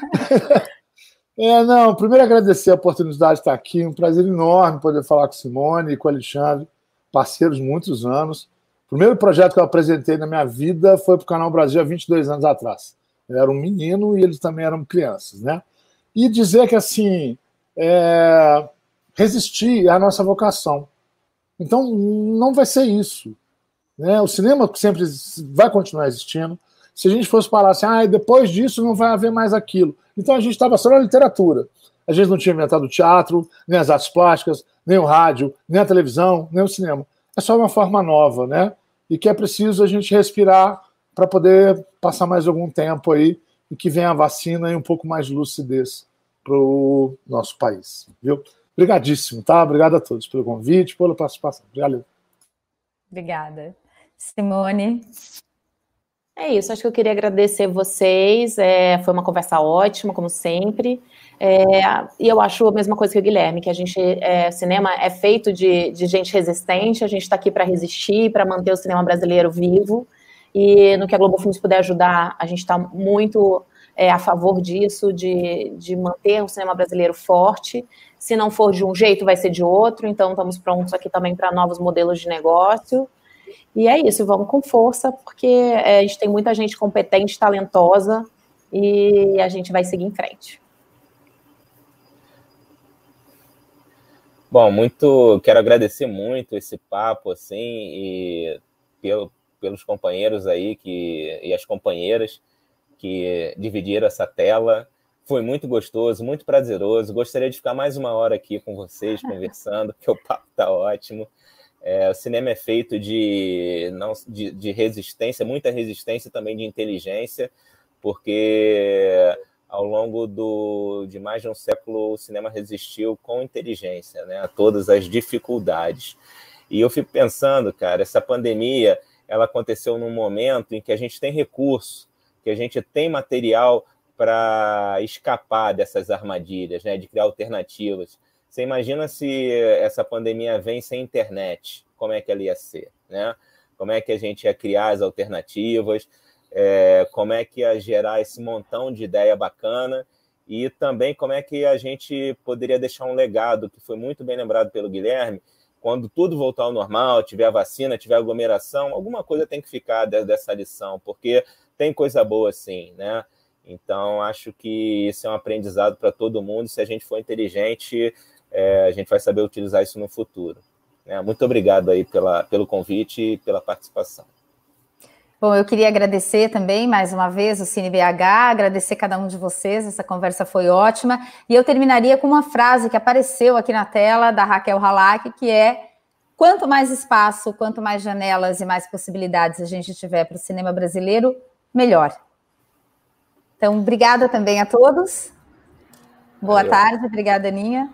Primeiro agradecer a oportunidade de estar aqui, um prazer enorme poder falar com Simone e com o Alexandre, parceiros de muitos anos. O primeiro projeto que eu apresentei na minha vida foi para o Canal Brasil há 22 anos atrás. Eu era um menino e eles também eram crianças, né? E dizer que, assim, resistir é a nossa vocação. Então, não vai ser isso. Né? O cinema sempre vai continuar existindo. Se a gente fosse falar assim, depois disso não vai haver mais aquilo. Então a gente estava só na literatura. A gente não tinha inventado o teatro, nem as artes plásticas, nem o rádio, nem a televisão, nem o cinema. É só uma forma nova, né? E que é preciso a gente respirar para poder passar mais algum tempo aí e que venha a vacina e um pouco mais de lucidez para o nosso país. Viu? Obrigadíssimo, tá? Obrigado a todos pelo convite, pela participação. Valeu. Obrigada. Simone. É isso, acho que eu queria agradecer vocês, foi uma conversa ótima, como sempre, e eu acho a mesma coisa que o Guilherme, que a gente, cinema é feito de gente resistente, a gente está aqui para resistir, para manter o cinema brasileiro vivo, e no que a Globo Filmes puder ajudar, a gente está muito a favor disso, de manter o cinema brasileiro forte. Se não for de um jeito, vai ser de outro, então estamos prontos aqui também para novos modelos de negócio. E é isso, vamos com força, porque a gente tem muita gente competente, talentosa, e a gente vai seguir em frente. Bom, quero agradecer muito esse papo, assim, e pelos companheiros aí e as companheiras que dividiram essa tela. Foi muito gostoso, muito prazeroso. Gostaria de ficar mais uma hora aqui com vocês, conversando, porque o papo está ótimo. O cinema é feito de resistência, muita resistência, também de inteligência, porque ao longo de mais de um século o cinema resistiu com inteligência, né, a todas as dificuldades. E eu fico pensando, cara, essa pandemia ela aconteceu num momento em que a gente tem recurso, que a gente tem material para escapar dessas armadilhas, né, de criar alternativas. Você imagina se essa pandemia vem sem internet, como é que ela ia ser, né? Como é que a gente ia criar as alternativas, como é que ia gerar esse montão de ideia bacana, e também como é que a gente poderia deixar um legado, que foi muito bem lembrado pelo Guilherme, quando tudo voltar ao normal, tiver a vacina, tiver aglomeração, alguma coisa tem que ficar dessa lição, porque tem coisa boa sim, né? Então, acho que isso é um aprendizado para todo mundo. Se a gente for inteligente, a gente vai saber utilizar isso no futuro. Muito obrigado aí pelo convite e pela participação. Bom, eu queria agradecer também, mais uma vez, o CineBH, agradecer cada um de vocês, essa conversa foi ótima, e eu terminaria com uma frase que apareceu aqui na tela, da Raquel Halak, que é: quanto mais espaço, quanto mais janelas e mais possibilidades a gente tiver para o cinema brasileiro, melhor. Então, obrigada também a todos. Boa tarde, obrigada, Aninha.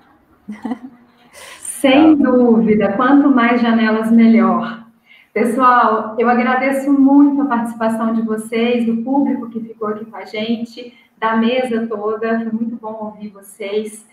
Sem dúvida, quanto mais janelas, melhor. Pessoal, eu agradeço muito a participação de vocês, do público que ficou aqui com a gente, da mesa toda, foi muito bom ouvir vocês.